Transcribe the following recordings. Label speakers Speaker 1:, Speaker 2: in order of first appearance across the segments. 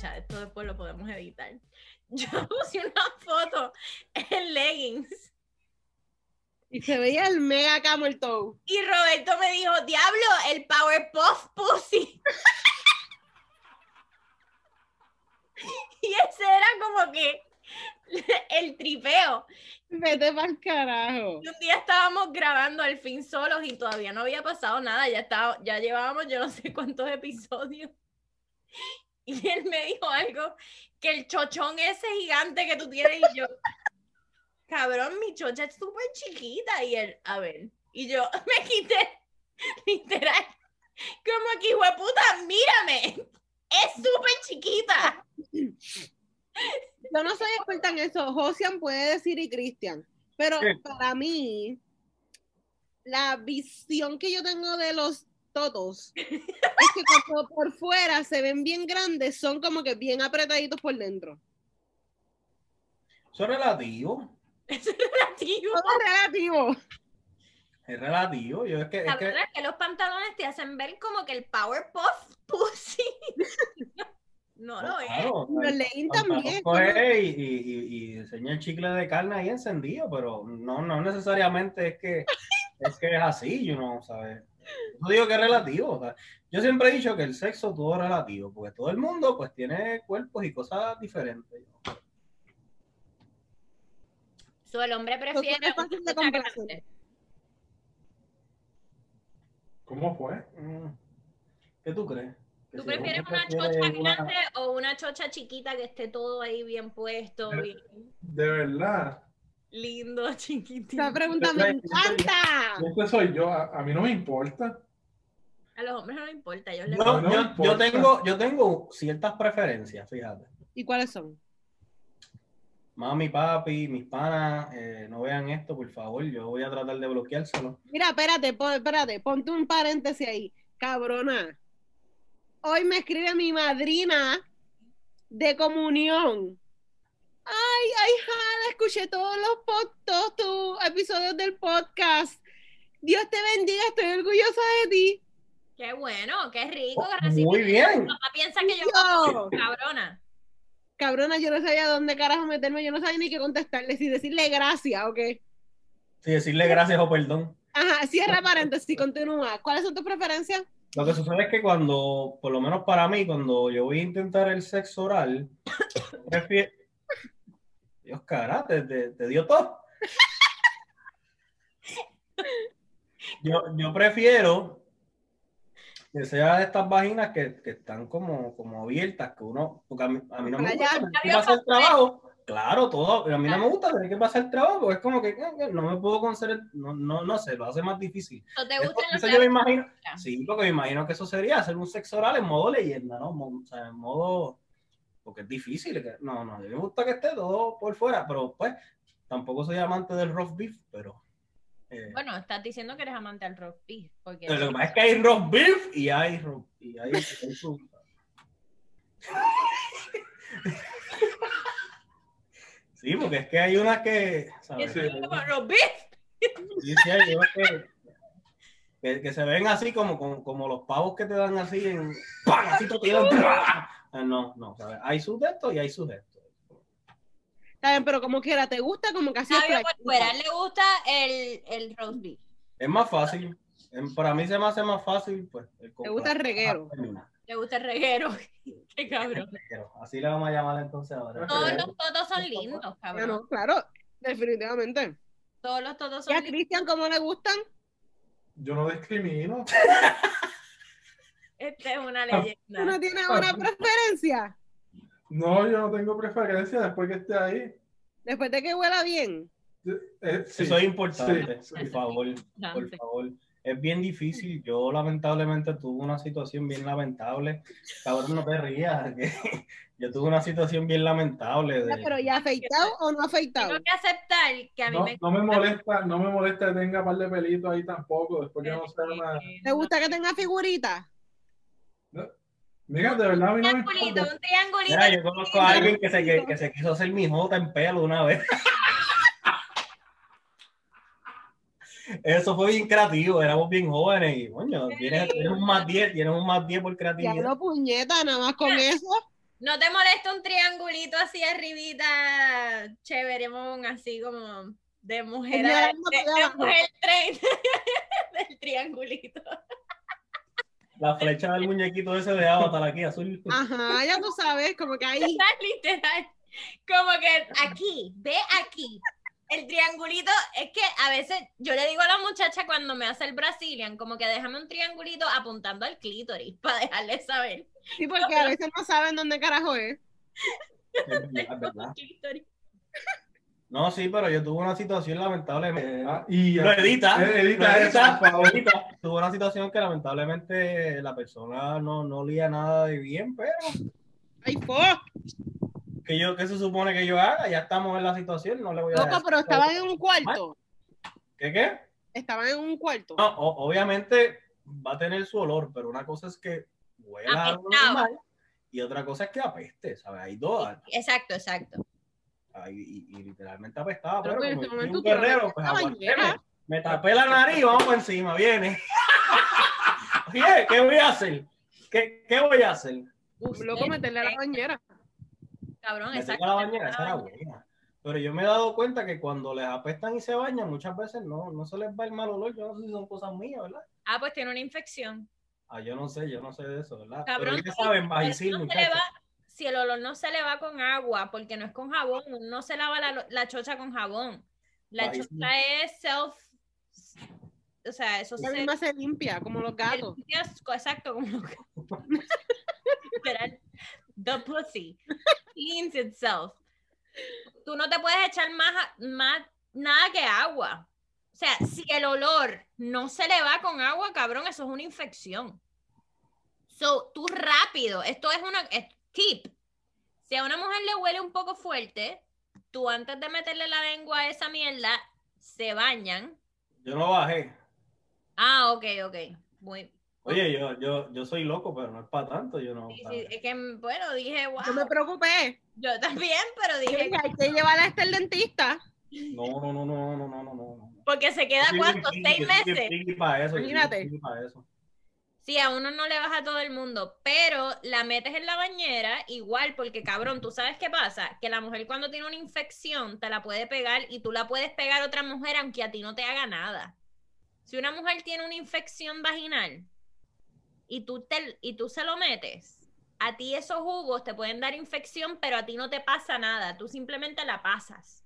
Speaker 1: escucha, esto después lo podemos editar. Yo puse una foto en leggings.
Speaker 2: Y se veía el mega camel toe.
Speaker 1: Y Roberto me dijo, diablo, el Powerpuff Pussy. Y ese era como que el tripeo.
Speaker 2: Vete pa'l carajo.
Speaker 1: Y un día estábamos grabando al fin solos y todavía no había pasado nada. Ya llevábamos yo no sé cuántos episodios. Y él me dijo algo, que el chochón ese gigante que tú tienes, y yo, cabrón, mi chocha es súper chiquita. Y él, a ver, y yo me quité, literal, como que, hueputa, mírame, es súper chiquita.
Speaker 2: Yo no soy experta en eso, Josian puede decir y Cristian, pero para mí, la visión que yo tengo de los totos es que cuando por fuera se ven bien grandes, son como que bien apretaditos por dentro.
Speaker 3: Eso es relativo.
Speaker 1: Es relativo.
Speaker 2: Todo es relativo.
Speaker 3: Es relativo. Yo es que
Speaker 1: La verdad es que los pantalones te hacen ver como que el Powerpuff Pussy no lo es.
Speaker 3: Claro,
Speaker 2: Los leggings también.
Speaker 3: Coge y enseña el chicle de carne ahí encendido, pero no necesariamente es que es así, yo no, ¿sabes? Yo digo que es relativo. O sea, yo siempre he dicho que el sexo todo es relativo, porque todo el mundo pues tiene cuerpos y cosas diferentes.
Speaker 1: So, el hombre prefiere
Speaker 2: Es fácil de complacer.
Speaker 3: ¿Cómo fue? ¿Qué tú crees?
Speaker 1: ¿Tú prefieres una chocha grande o una chocha chiquita que esté todo ahí bien puesto, bien
Speaker 4: De verdad.
Speaker 1: lindo, chiquitito?
Speaker 2: Esa pregunta me encanta.
Speaker 4: Este soy yo, a mí no me importa.
Speaker 1: A los hombres no les importa,
Speaker 3: Yo tengo ciertas preferencias, fíjate.
Speaker 2: ¿Y cuáles son?
Speaker 3: Mami, papi, mis panas, no vean esto, por favor. Yo voy a tratar de bloqueárselo.
Speaker 2: Mira, espérate, ponte un paréntesis ahí. Cabrona. Hoy me escribe mi madrina de comunión. Ay, Jada, escuché todos tus episodios del podcast. Dios te bendiga, estoy orgullosa de ti.
Speaker 1: Qué bueno, qué rico.
Speaker 3: Muy bien.
Speaker 1: Mi papá piensa que yo cabrona.
Speaker 2: Cabrona, yo no sabía dónde carajo meterme, yo no sabía ni qué contestarle, si decirle gracias o qué.
Speaker 3: Sí, decirle gracias o perdón.
Speaker 2: Ajá, cierra paréntesis, continúa. ¿Cuáles son tus preferencias?
Speaker 3: Lo que sucede es que cuando, por lo menos para mí, cuando yo voy a intentar el sexo oral, prefiero... Dios, cara, te dio todo. Yo prefiero que sea de estas vaginas que están como abiertas, que uno, porque a mí no me gusta tener que pasar el trabajo. Claro, todo, a mí no me gusta tener que pasar el trabajo, porque es como que no me puedo conceder, no sé, lo hace más difícil.
Speaker 1: ¿No te gusta
Speaker 3: eso yo me imagino, sí, porque me imagino que eso sería hacer un sexo oral en modo leyenda, ¿no? O sea, en modo, porque es difícil, no, a mí me gusta que esté todo por fuera, pero pues, tampoco soy amante del roast beef, pero...
Speaker 1: Bueno, estás diciendo que eres amante del roast beef. Porque
Speaker 3: lo que pasa es que hay roast beef y hay sí, porque es que hay unas que... ¿sabes?
Speaker 1: ¿Roast beef?
Speaker 3: Sí, hay unas que se ven así como los pavos que te dan así en... ¡Pam! Así te tiran. No, ¿sabes? Hay sus de esto y hay sus de esto.
Speaker 2: Está bien, pero como quiera, ¿te gusta? Como que así es
Speaker 1: por fuera, le gusta el roast beef.
Speaker 3: Es más fácil. Para mí se me hace más fácil, pues.
Speaker 2: ¿Te gusta el reguero?
Speaker 1: ¿Te gusta el reguero? Qué cabrón.
Speaker 3: Así le vamos a llamar entonces ahora.
Speaker 1: Todos los totos son lindos, cabrón.
Speaker 2: Bueno, claro, definitivamente.
Speaker 1: Todos los totos son
Speaker 2: lindos. ¿Y a Cristian cómo le gustan?
Speaker 4: Yo no discrimino.
Speaker 1: Esta es una leyenda.
Speaker 2: ¿Tú no tienes una preferencia?
Speaker 4: No, yo no tengo preferencia después que esté ahí.
Speaker 2: Después de que huela bien.
Speaker 4: Sí.
Speaker 3: Eso es importante,
Speaker 4: sí.
Speaker 3: por favor. Es bien difícil. Yo lamentablemente tuve una situación bien lamentable. Cabrón, no te rías. Yo tuve una situación bien lamentable.
Speaker 2: Pero ¿ya afeitado o no afeitado?
Speaker 1: Tengo que aceptar que a mí
Speaker 4: no me molesta que tenga un par de pelitos ahí tampoco. Después que no sea una...
Speaker 2: ¿Te gusta que tenga figuritas?
Speaker 4: Mira, de verdad a mí no me importa.
Speaker 1: Un triangulito.
Speaker 3: Mira, yo conozco a alguien que se quiso hacer mi jota en pelo una vez. Eso fue bien creativo, éramos bien jóvenes y, coño, tienes un más 10 por creatividad.
Speaker 2: Ya no, puñeta, nada más con eso.
Speaker 1: ¿No te molesta un triangulito así arribita, chéveremón, así como de mujer,
Speaker 2: Señalando
Speaker 1: de
Speaker 2: hacia abajo.
Speaker 1: mujer train del triangulito?
Speaker 3: La flecha del muñequito ese de Avatar aquí, azul.
Speaker 2: Ajá, ya tú sabes, como que ahí.
Speaker 1: Literal, como que aquí, ve aquí. El triangulito, es que a veces yo le digo a la muchacha cuando me hace el Brazilian, como que déjame un triangulito apuntando al clítoris para dejarle saber.
Speaker 2: Sí, porque a veces no saben dónde carajo es.
Speaker 3: Es verdad. No, sí, pero yo tuve una situación lamentable.
Speaker 4: Y
Speaker 3: Lo edita.
Speaker 4: Edita eso, por favor.
Speaker 3: Tuve una situación que lamentablemente la persona no olía nada de bien, pero
Speaker 2: ¡Ay, fo!
Speaker 3: ¿qué se supone que yo haga? Ya estamos en la situación, no le voy a
Speaker 2: Loco,
Speaker 3: decir.
Speaker 2: pero estaban en un cuarto.
Speaker 3: ¿Qué?
Speaker 2: Estaban en un cuarto.
Speaker 3: No, obviamente va a tener su olor, pero una cosa es que huela algo normal y otra cosa es que apeste, ¿sabes? Hay dos.
Speaker 1: Exacto.
Speaker 3: Y literalmente apestaba,
Speaker 2: Pero
Speaker 3: pero
Speaker 2: en
Speaker 3: como
Speaker 2: ese
Speaker 3: yo soy
Speaker 2: momento
Speaker 3: un
Speaker 2: tú no
Speaker 3: guerrero,
Speaker 2: metes
Speaker 3: pues
Speaker 2: la
Speaker 3: aguanté,
Speaker 2: bañera.
Speaker 3: me tapé la nariz, vamos por encima, viene. Oye, ¿qué voy a hacer? ¿Qué voy a hacer?
Speaker 2: Loco, meterle a la bañera.
Speaker 1: Cabrón,
Speaker 3: Me
Speaker 1: exacto.
Speaker 3: tengo la bañera, esa era buena. Pero yo me he dado cuenta que cuando les apestan y se bañan, muchas veces no se les va el mal olor. Yo no sé si son cosas mías, ¿verdad?
Speaker 1: Pues tiene una infección.
Speaker 3: Yo no sé de eso, ¿verdad?
Speaker 1: Cabrón,
Speaker 3: pero ya saben, Magicil,
Speaker 1: no
Speaker 3: muchachos.
Speaker 1: si el olor no se le va con agua, porque no es con jabón, no se lava la chocha con jabón. La chocha es o sea, eso
Speaker 2: Ella misma se limpia, como los gatos.
Speaker 1: Exacto, como los gatos. Literal, the pussy cleans itself. Tú no te puedes echar más nada que agua. O sea, si el olor no se le va con agua, cabrón, eso es una infección. So, tú rápido, esto es tip. Si a una mujer le huele un poco fuerte, tú antes de meterle la lengua a esa mierda, se bañan.
Speaker 3: Yo no bajé.
Speaker 1: Ok.
Speaker 3: Oye, yo soy loco, pero no es para tanto, yo no.
Speaker 1: Sí, es que, bueno, dije, wow.
Speaker 2: Yo me preocupé.
Speaker 1: Yo también, pero dije.
Speaker 2: Hay que llevarla hasta el dentista.
Speaker 3: No.
Speaker 1: Porque se queda ¿cuánto? 6 meses.
Speaker 2: Imagínate.
Speaker 1: Sí, a uno no le baja a todo el mundo, pero la metes en la bañera igual, porque cabrón, ¿tú sabes qué pasa? Que la mujer cuando tiene una infección te la puede pegar y tú la puedes pegar a otra mujer aunque a ti no te haga nada. Si una mujer tiene una infección vaginal y tú se lo metes, a ti esos jugos te pueden dar infección, pero a ti no te pasa nada, tú simplemente la pasas.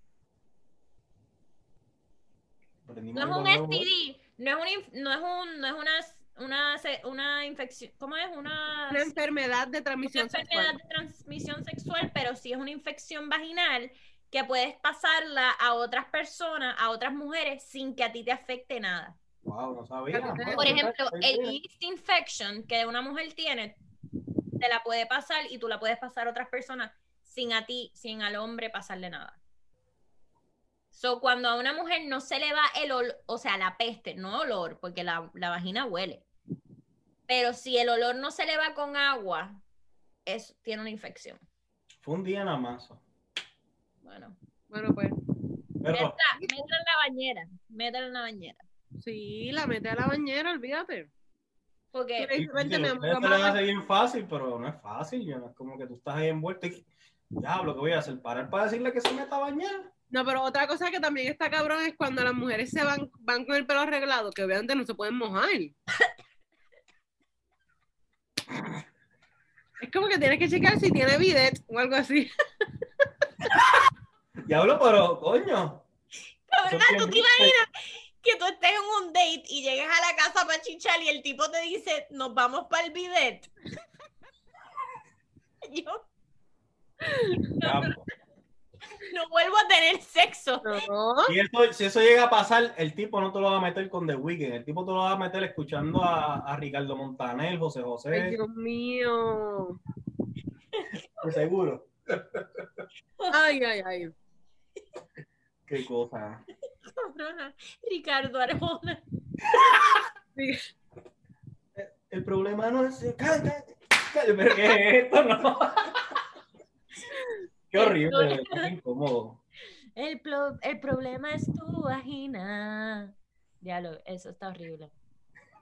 Speaker 1: No es un STD, no es una infección, ¿cómo es?
Speaker 2: Una enfermedad de transmisión
Speaker 1: sexual, pero sí es una infección vaginal que puedes pasarla a otras personas, a otras mujeres, sin que a ti te afecte nada.
Speaker 3: Wow, no sabía.
Speaker 1: Por ejemplo, el yeast infection que una mujer tiene, te la puede pasar y tú la puedes pasar a otras personas sin al hombre pasarle nada. So, cuando a una mujer no se le va el olor, o sea, la peste, no olor, porque la vagina huele. Pero si el olor no se le va con agua, tiene una infección.
Speaker 3: Fue un día nada más.
Speaker 1: Bueno,
Speaker 2: pues.
Speaker 1: Métela en la bañera.
Speaker 2: Sí, la mete a la bañera, olvídate.
Speaker 1: Porque
Speaker 3: se le hace bien fácil, pero no es fácil. Es como que tú estás ahí envuelto y diablo, ¿qué voy a hacer? ¿Parar para decirle que se meta a bañar?
Speaker 2: No, pero otra cosa que también está cabrón es cuando las mujeres se van con el pelo arreglado, que obviamente no se pueden mojar. Es como que tienes que checar si tiene bidet o algo así.
Speaker 3: Diablo, pero coño.
Speaker 1: Cabrona, ¿tú te imaginas que tú estés en un date y llegues a la casa para chichar y el tipo te dice, nos vamos para el bidet? Yo no vuelvo a tener sexo.
Speaker 2: No.
Speaker 3: Si eso llega a pasar, el tipo no te lo va a meter con The Weeknd, el tipo te lo va a meter escuchando a Ricardo Montaner, José José.
Speaker 2: Ay, Dios mío.
Speaker 3: Seguro.
Speaker 2: Ay.
Speaker 3: Qué cosa.
Speaker 1: Cabrona. Ricardo Arjona.
Speaker 3: El problema no es... Cállate. ¿Pero qué es esto? No. Qué horrible, qué incómodo.
Speaker 1: El problema es tu vagina. Diablo, eso está horrible.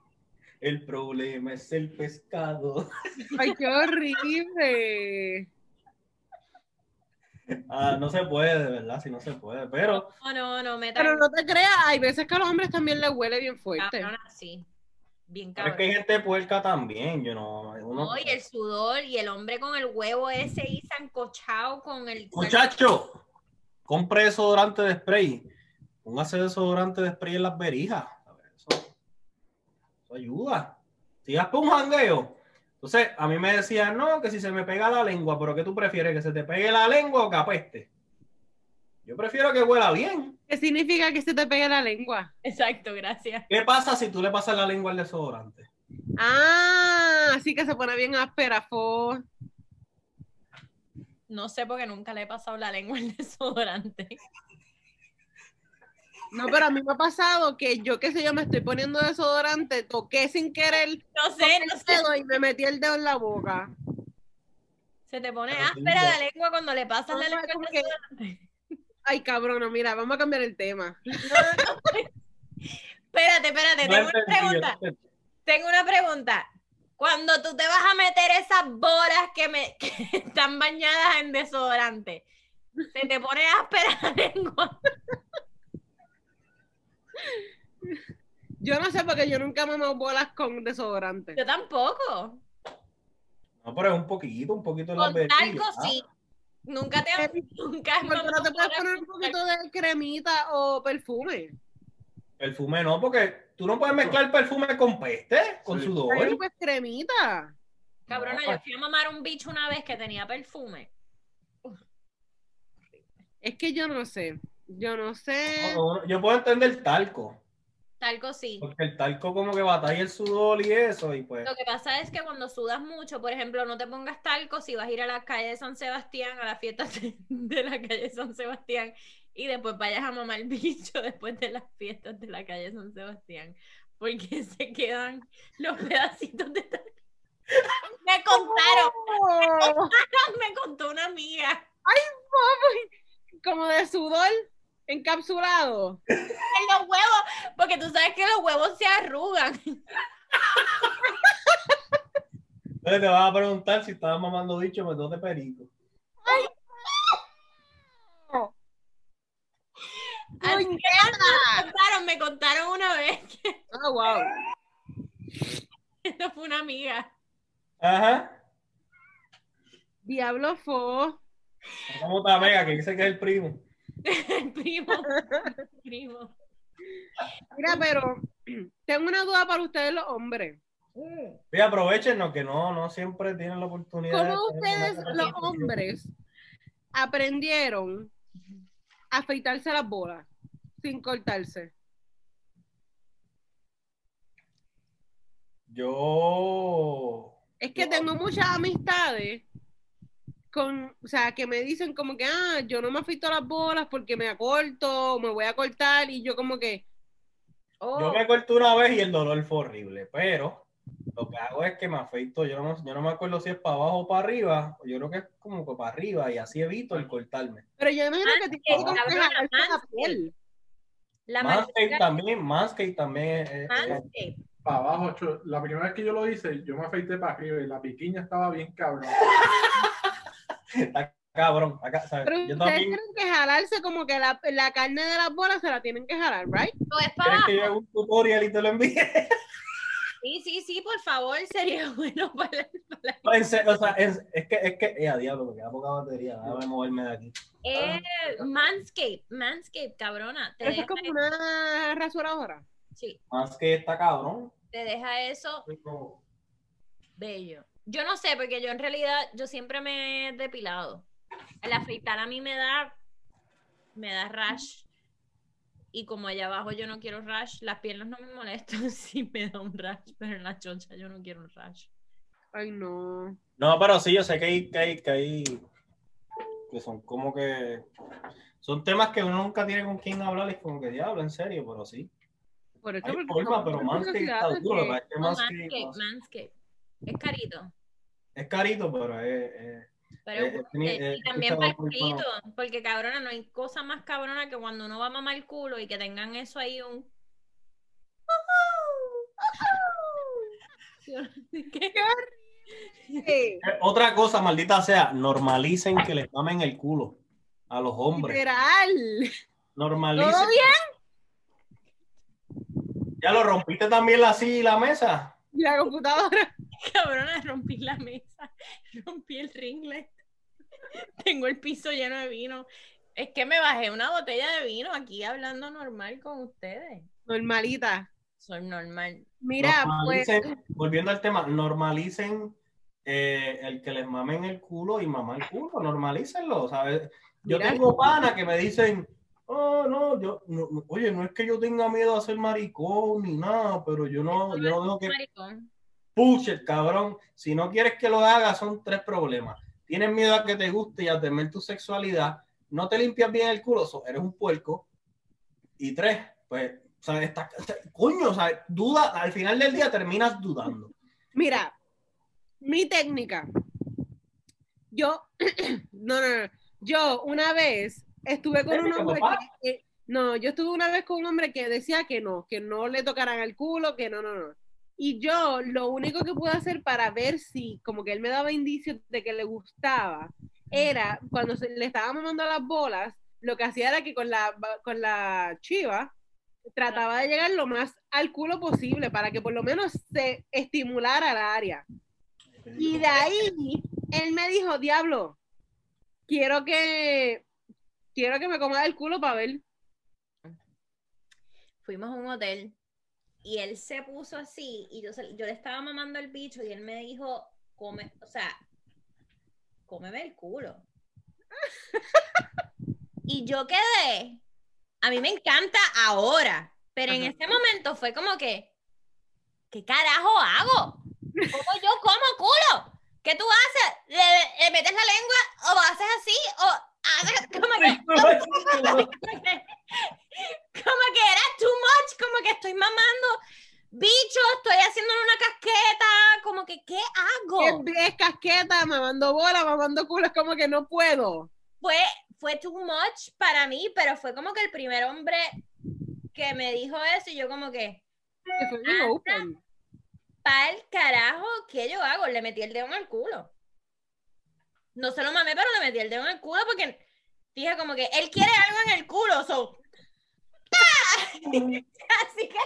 Speaker 3: El problema es el pescado.
Speaker 2: Ay, qué horrible.
Speaker 3: No se puede, de verdad, si no se puede. Pero
Speaker 1: No,
Speaker 2: Pero no te creas, hay veces que a los hombres también les huele bien fuerte.
Speaker 1: cabrona, sí. Bien
Speaker 3: pero es
Speaker 1: cabrón.
Speaker 3: que hay gente puerca también,
Speaker 1: No, y el sudor, y el hombre con el huevo ese y sancochado con el...
Speaker 3: Muchacho, compre desodorante de spray. Póngase desodorante de spray en las berijas. Eso ayuda. Si vas por un jangueo. Entonces, a mí me decían, no, que si se me pega la lengua, pero ¿qué tú prefieres? ¿Que se te pegue la lengua o que apeste? Yo prefiero que huela bien.
Speaker 2: ¿Qué significa que se te pegue la lengua?
Speaker 1: Exacto, gracias.
Speaker 3: ¿Qué pasa si tú le pasas la lengua al desodorante?
Speaker 2: Ah, así que se pone bien áspera, fo.
Speaker 1: No sé porque nunca le he pasado la lengua al desodorante.
Speaker 2: No, pero a mí me ha pasado que yo, qué sé yo, me estoy poniendo desodorante, toqué sin querer
Speaker 1: No
Speaker 2: con
Speaker 1: sé,
Speaker 2: el dedo y me metí el dedo en la boca.
Speaker 1: Se te pone
Speaker 3: Pero
Speaker 1: áspera la lengua cuando le pasas la
Speaker 2: No,
Speaker 1: lengua
Speaker 2: como
Speaker 1: al
Speaker 2: que-
Speaker 1: desodorante.
Speaker 2: Ay, cabrona, mira, vamos a cambiar el tema.
Speaker 1: No. Espérate,
Speaker 3: No
Speaker 1: tengo una
Speaker 3: entendí,
Speaker 1: pregunta.
Speaker 3: no entendí.
Speaker 1: Tengo una pregunta. Cuando tú te vas a meter esas bolas que están bañadas en desodorante, ¿se te pone áspera la lengua?
Speaker 2: Yo no sé porque yo nunca me he bolas con desodorante.
Speaker 1: Yo tampoco.
Speaker 3: No, pero es un poquito en las
Speaker 1: Con
Speaker 3: berillas.
Speaker 1: talco sí. Nunca has
Speaker 2: Porque no te puedes
Speaker 1: mamado
Speaker 2: poner un poquito de cremita o perfume.
Speaker 3: Perfume no, porque tú no puedes mezclar perfume con peste, con
Speaker 4: Sí.
Speaker 3: sudor.
Speaker 2: Ay, pues cremita.
Speaker 1: Cabrona,
Speaker 3: No,
Speaker 1: yo fui a mamar un bicho una vez que tenía perfume.
Speaker 2: Es que yo no sé. Yo no sé.
Speaker 3: yo puedo entender el talco,
Speaker 1: Talco sí.
Speaker 3: porque el talco como que batalla el sudor y eso, y pues
Speaker 1: Lo que pasa es que cuando sudas mucho, por ejemplo, no te pongas talco si vas a ir a la calle de San Sebastián, a la fiesta de la calle de San Sebastián, y después vayas a mamar el bicho después de las fiestas de la calle de San Sebastián, porque se quedan los pedacitos de talco. Me contaron,
Speaker 2: Oh,
Speaker 1: me contó una amiga.
Speaker 2: como de sudor encapsulado.
Speaker 1: En los huevos, porque tú sabes que los huevos se arrugan.
Speaker 3: entonces te vas a preguntar si estabas mamando bicho pues de perico.
Speaker 1: Así que me contaron una vez que
Speaker 2: Ah, wow.
Speaker 1: esto fue una amiga.
Speaker 3: Ajá.
Speaker 2: Diablo fo.
Speaker 3: ¿Cómo está Mega? Que dice que es el primo.
Speaker 1: El primo.
Speaker 2: Mira, pero tengo una duda para ustedes los hombres.
Speaker 3: Y aprovechenos que no siempre tienen la oportunidad.
Speaker 2: ¿Cómo
Speaker 3: de tener
Speaker 2: ustedes,
Speaker 3: una
Speaker 2: los
Speaker 3: conversación.
Speaker 2: hombres, aprendieron a afeitarse las bolas sin cortarse?
Speaker 3: Yo
Speaker 2: Es que tengo muchas amistades o sea, que me dicen como que, yo no me afeito las bolas porque me acorto, me voy a cortar, y yo como que,
Speaker 3: Yo me corté una vez y el dolor fue horrible, pero lo que hago es que me afeito, yo no me acuerdo si es para abajo o para arriba, yo creo que es como que para arriba y así evito el cortarme.
Speaker 2: pero yo imagino que tienes que como que
Speaker 1: cabrona,
Speaker 2: jalarse la
Speaker 1: Manscaped.
Speaker 2: piel.
Speaker 1: La
Speaker 3: Manscaped también es
Speaker 1: Manscaped.
Speaker 4: Para abajo, la primera vez que yo lo hice, yo me afeité para arriba y la piquiña estaba bien cabrón.
Speaker 3: está cabrón. Acá, ¿sabes?
Speaker 2: Pero
Speaker 3: Yo
Speaker 2: ustedes
Speaker 3: también.
Speaker 2: tienen que jalarse como que la carne de las bolas se la tienen que jalar, ¿right?
Speaker 1: ¿No es para
Speaker 3: ¿Quieres que yo haga
Speaker 1: abajo?
Speaker 3: un tutorial y te lo envíe?
Speaker 1: Sí, por favor, sería bueno para
Speaker 3: O sea, es que, a diablo, me queda poca batería, déjame moverme de aquí.
Speaker 1: Manscaped, cabrona. Te
Speaker 2: Eso es
Speaker 1: deja,
Speaker 2: como una rasuradora.
Speaker 1: sí,
Speaker 3: Más que está cabrón.
Speaker 1: te deja eso bello. Yo no sé, porque yo en realidad, yo siempre me he depilado. El afeitar a mí me da rash. Y como allá abajo yo no quiero rash, las piernas no me molestan si me da un rash, pero en la chocha yo no quiero un rash.
Speaker 2: Ay, no.
Speaker 3: No, pero sí, yo sé que son como que son temas que uno nunca tiene con quién hablar, es como que diablo, en serio, pero sí.
Speaker 2: Por eso,
Speaker 3: Hay
Speaker 2: porque
Speaker 3: forma,
Speaker 2: son
Speaker 3: pero
Speaker 2: muchas
Speaker 3: Manscaped está
Speaker 2: curiosidades
Speaker 3: duro,
Speaker 2: que-
Speaker 3: es que
Speaker 1: No,
Speaker 3: Manscaped
Speaker 1: Manscaped. Es carito.
Speaker 3: es carito, pero es
Speaker 1: Pero es bueno. Y también para el culito, porque cabrona, no hay cosa más cabrona que cuando uno va a mamar el culo y que tengan eso ahí un... ¿Qué?
Speaker 2: Sí.
Speaker 3: Otra cosa, maldita sea, normalicen que les mamen el culo. a los hombres.
Speaker 2: Literal.
Speaker 3: Normalicen.
Speaker 2: ¿Todo bien?
Speaker 3: ¿Ya lo rompiste también la silla y la mesa?
Speaker 2: Y la computadora.
Speaker 1: Cabrona, rompí la mesa, rompí el ring light. Tengo el piso lleno de vino. Es que me bajé una botella de vino aquí hablando normal con ustedes.
Speaker 2: Normalita.
Speaker 1: Soy normal.
Speaker 2: Mira, pues.
Speaker 3: Volviendo al tema, normalicen el que les mamen el culo y mamar el culo, normalícenlo, ¿sabes? Yo
Speaker 2: Mira.
Speaker 3: tengo panas que me dicen, oh, no, oye, no es que yo tenga miedo a ser maricón ni nada, pero yo no dejo que...
Speaker 1: Maricón.
Speaker 3: Push it, cabrón. Si no quieres que lo haga, son 3 problemas. Tienes miedo a que te guste y a temer tu sexualidad. No te limpias bien el culo, eres un puerco. Y 3, pues, ¿sabes? Coño, ¿sabes? Duda, al final del día terminas dudando.
Speaker 2: Mira, mi técnica. Yo, no. Yo una vez estuve con un hombre que, yo estuve una vez con un hombre que decía que no le tocaran el culo, que no. Y yo lo único que pude hacer para ver si como que él me daba indicios de que le gustaba, era cuando le estaba mamando las bolas, lo que hacía era que con la chiva trataba de llegar lo más al culo posible para que por lo menos se estimulara la área. Y de ahí él me dijo, diablo, quiero que me coma el culo para ver.
Speaker 1: Fuimos a un hotel y él se puso así y yo le estaba mamando el bicho y él me dijo, cómeme el culo. Y yo quedé, a mí me encanta ahora, pero en ese momento fue como que, ¿qué carajo hago? ¿Cómo yo como culo? ¿Qué tú haces? ¿Le metes la lengua o haces así o haces como que era too much, como que estoy mamando bicho, estoy haciendo una casqueta, como que ¿qué hago?
Speaker 2: Es casqueta, mamando bola, mamando culo, es como que no puedo.
Speaker 1: Fue too much para mí, pero fue como que el primer hombre que me dijo eso y yo como que
Speaker 2: fue bien open.
Speaker 1: Pa'l carajo, ¿qué yo hago? Le metí el dedo en el culo. No se lo mamé, pero le metí el dedo en el culo porque dije como que él quiere algo en el culo, so. Así que.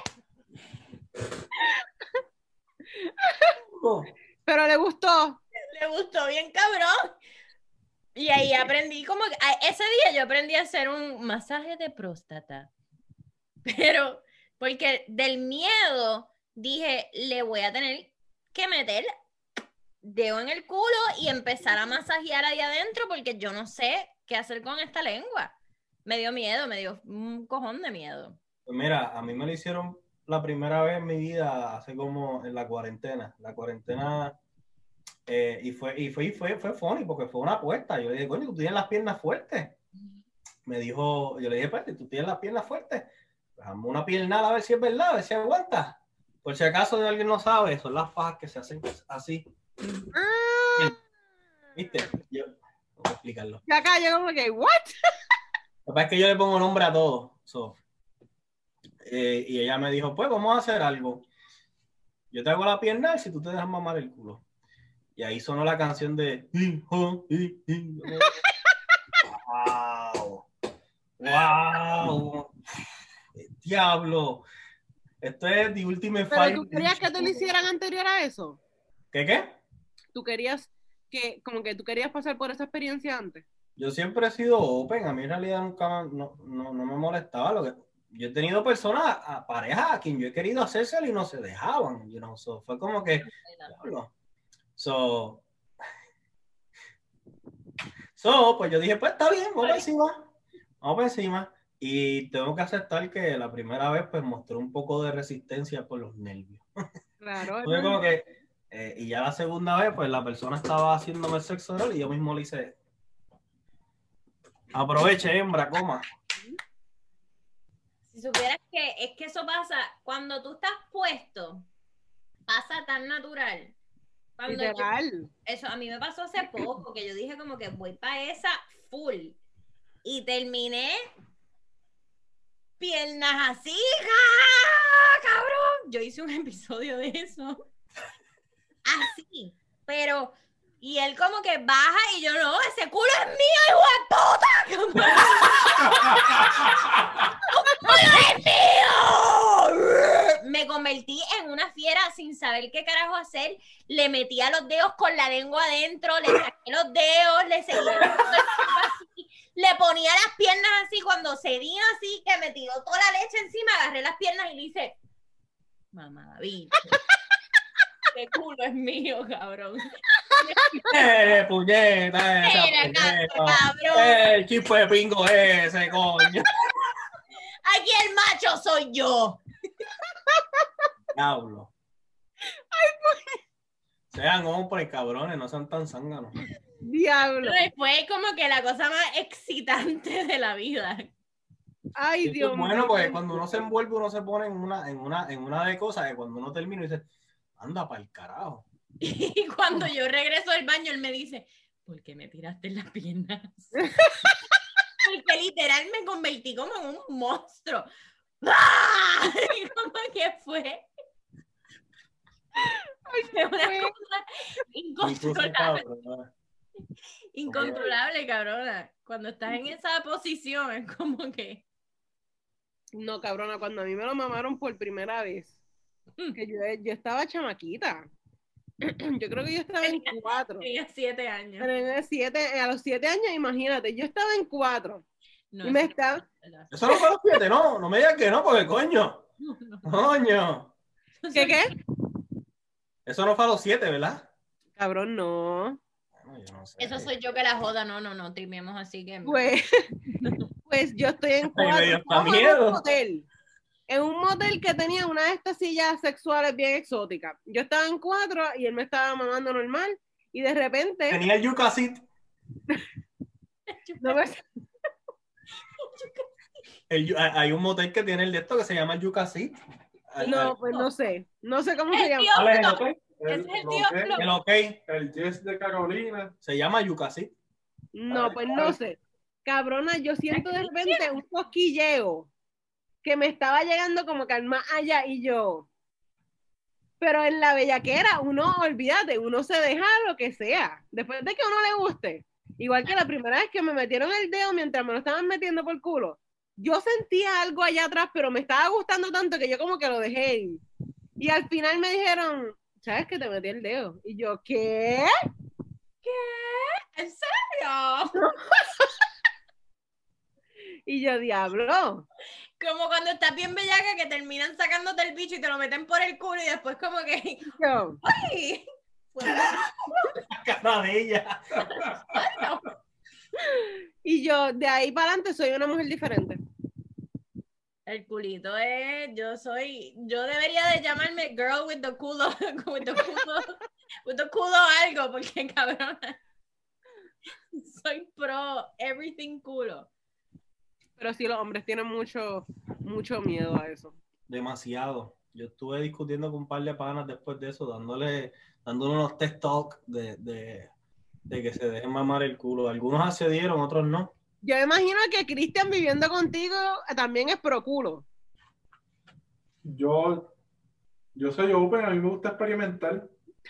Speaker 2: Pero le gustó.
Speaker 1: Le gustó bien cabrón. Y ahí aprendí como que ese día yo aprendí a hacer un masaje de próstata. Pero porque del miedo dije, le voy a tener que meter dedo en el culo y empezar a masajear ahí adentro porque yo no sé qué hacer con esta lengua. Me dio miedo, me dio un cojón de miedo.
Speaker 3: Pues mira, a mí me lo hicieron la primera vez en mi vida hace como en la cuarentena. Y fue funny porque fue una apuesta. Yo le dije, coño, tú tienes las piernas fuertes. Me dijo, yo le dije, pues, tú tienes las piernas fuertes. Pues hazme una piernada a ver si es verdad, a ver si aguanta. Por si acaso alguien no sabe, son las fajas que se hacen así. ¿Viste? Yo voy a explicarlo.
Speaker 2: Y acá yo como que, ¿what?
Speaker 3: Lo que pasa es que yo le pongo nombre a todo. Y ella me dijo, pues vamos a hacer algo. Yo te hago la pierna si tú te dejas mamar el culo. Y ahí sonó la canción de ¡Wow! ¡Diablo! Esto es The Ultimate Fight.
Speaker 2: ¿Pero tú querías que te lo hicieran anterior a eso?
Speaker 3: ¿Qué?
Speaker 2: ¿Tú querías como que tú querías pasar por esa experiencia antes?
Speaker 3: Yo siempre he sido open. A mí en realidad nunca no me molestaba. Yo he tenido personas, parejas a quien yo he querido hacérselo y no se dejaban. Fue como que... Diablo. Pues yo dije, pues está bien, vamos para encima. Y tengo que aceptar que la primera vez pues mostré un poco de resistencia por los nervios.
Speaker 2: Claro.
Speaker 3: Fue como que, y ya la segunda vez pues la persona estaba haciéndome el sexo oral y yo mismo le hice, aproveche hembra, coma.
Speaker 1: Si supieras que es que eso pasa, cuando tú estás puesto, pasa tan natural. Eso a mí me pasó hace poco, que yo dije como que voy para esa full. Y terminé piernas así, cabrón. Yo hice un episodio de eso. Así. Pero, y él como que baja y yo no, ese culo es mío, hijo de puta, Me convertí en una fiera sin saber qué carajo hacer. Le metía los dedos con la lengua adentro, le saqué los dedos, le seguía así, le ponía las piernas así, cuando cedía así, que me tiró toda la leche encima, agarré las piernas y le hice, mamá, bicho, qué culo es mío, cabrón.
Speaker 3: Puñeta esa,
Speaker 1: Mira,
Speaker 3: puñeta.
Speaker 1: cabrón.
Speaker 3: El chispo de pingo ese, coño.
Speaker 1: Aquí el macho soy yo.
Speaker 3: Diablo. Sean hombres, cabrones, no sean tan zánganos.
Speaker 2: Diablo.
Speaker 1: Fue como que la cosa más excitante de la vida.
Speaker 2: Ay, Dios mío.
Speaker 3: Bueno, pues cuando uno se envuelve, uno se pone en una de cosas que cuando uno termina y dice, anda para el carajo.
Speaker 1: Y cuando yo regreso del baño, él me dice, ¿por qué me tiraste en las piernas? Porque literal me convertí como en un monstruo. ¡Ah! ¿Cómo que fue? Fue una cosa incontrolable. Incontrolable, cabrona. Cuando estás en esa posición, es como que...
Speaker 2: No, cabrona, cuando a mí me lo mamaron por primera vez, que yo estaba chamaquita. Yo creo que yo estaba en 4.
Speaker 1: Tenía 7 años.
Speaker 2: Pero a los 7 años, imagínate, yo estaba en 4.
Speaker 1: No,
Speaker 2: Y me estaba...
Speaker 3: Eso no fue a los 7, no me digas que no, porque coño.
Speaker 1: No.
Speaker 3: Coño.
Speaker 2: ¿Qué?
Speaker 3: Eso no fue a los 7, ¿verdad?
Speaker 2: Cabrón, no.
Speaker 3: Bueno, yo no sé.
Speaker 1: Eso soy yo que la joda, no, trimeemos así que...
Speaker 2: Pues yo estoy en
Speaker 3: Ay,
Speaker 2: 4.
Speaker 3: me dio hasta
Speaker 2: Estábamos
Speaker 3: miedo.
Speaker 2: en un motel que tenía una de estas sillas sexuales bien exóticas. Yo estaba en 4 y él me estaba mamando normal y de repente...
Speaker 3: Tenía el yuca seat.
Speaker 2: No me...
Speaker 3: Hay un motel que tiene el de esto que se llama el yuca seat.
Speaker 2: No, pues no sé cómo se llama.
Speaker 3: ¿Cuál es el ok?
Speaker 1: Ese es el tío Flo.
Speaker 3: El ok
Speaker 4: El Jess de Carolina.
Speaker 3: se llama yuca seat.
Speaker 2: No, pues no sé. Cabrona, yo siento de repente un cosquilleo que me estaba llegando como que al más allá y yo. Pero en la bellaquera, uno, olvídate, uno se deja lo que sea. Después de que a uno le guste. Igual que la primera vez que me metieron el dedo mientras me lo estaban metiendo por el culo. Yo sentía algo allá atrás, pero me estaba gustando tanto que yo como que lo dejé ir. Y al final me dijeron, ¿sabes que te metí el dedo? Y yo, ¿qué?
Speaker 1: ¿Qué? ¿En serio?
Speaker 2: Y yo, diablo.
Speaker 1: Como cuando estás bien bellaca que terminan sacándote el bicho y te lo meten por el culo y después como que...
Speaker 2: Yo,
Speaker 1: ¡Ay!
Speaker 3: Cara de ella.
Speaker 2: y yo, de ahí para adelante soy una mujer diferente.
Speaker 1: El culito es... Yo debería de llamarme girl with the culo, with the culo algo, porque cabrona. Soy pro everything culo.
Speaker 2: Pero sí, los hombres tienen mucho miedo a eso.
Speaker 3: Demasiado. Yo estuve discutiendo con un par de panas después de eso, dándole unos test talk de que se dejen mamar el culo. Algunos accedieron, otros no.
Speaker 2: Yo imagino que Cristian viviendo contigo también es pro culo.
Speaker 4: Yo soy open, a mí me gusta experimentar.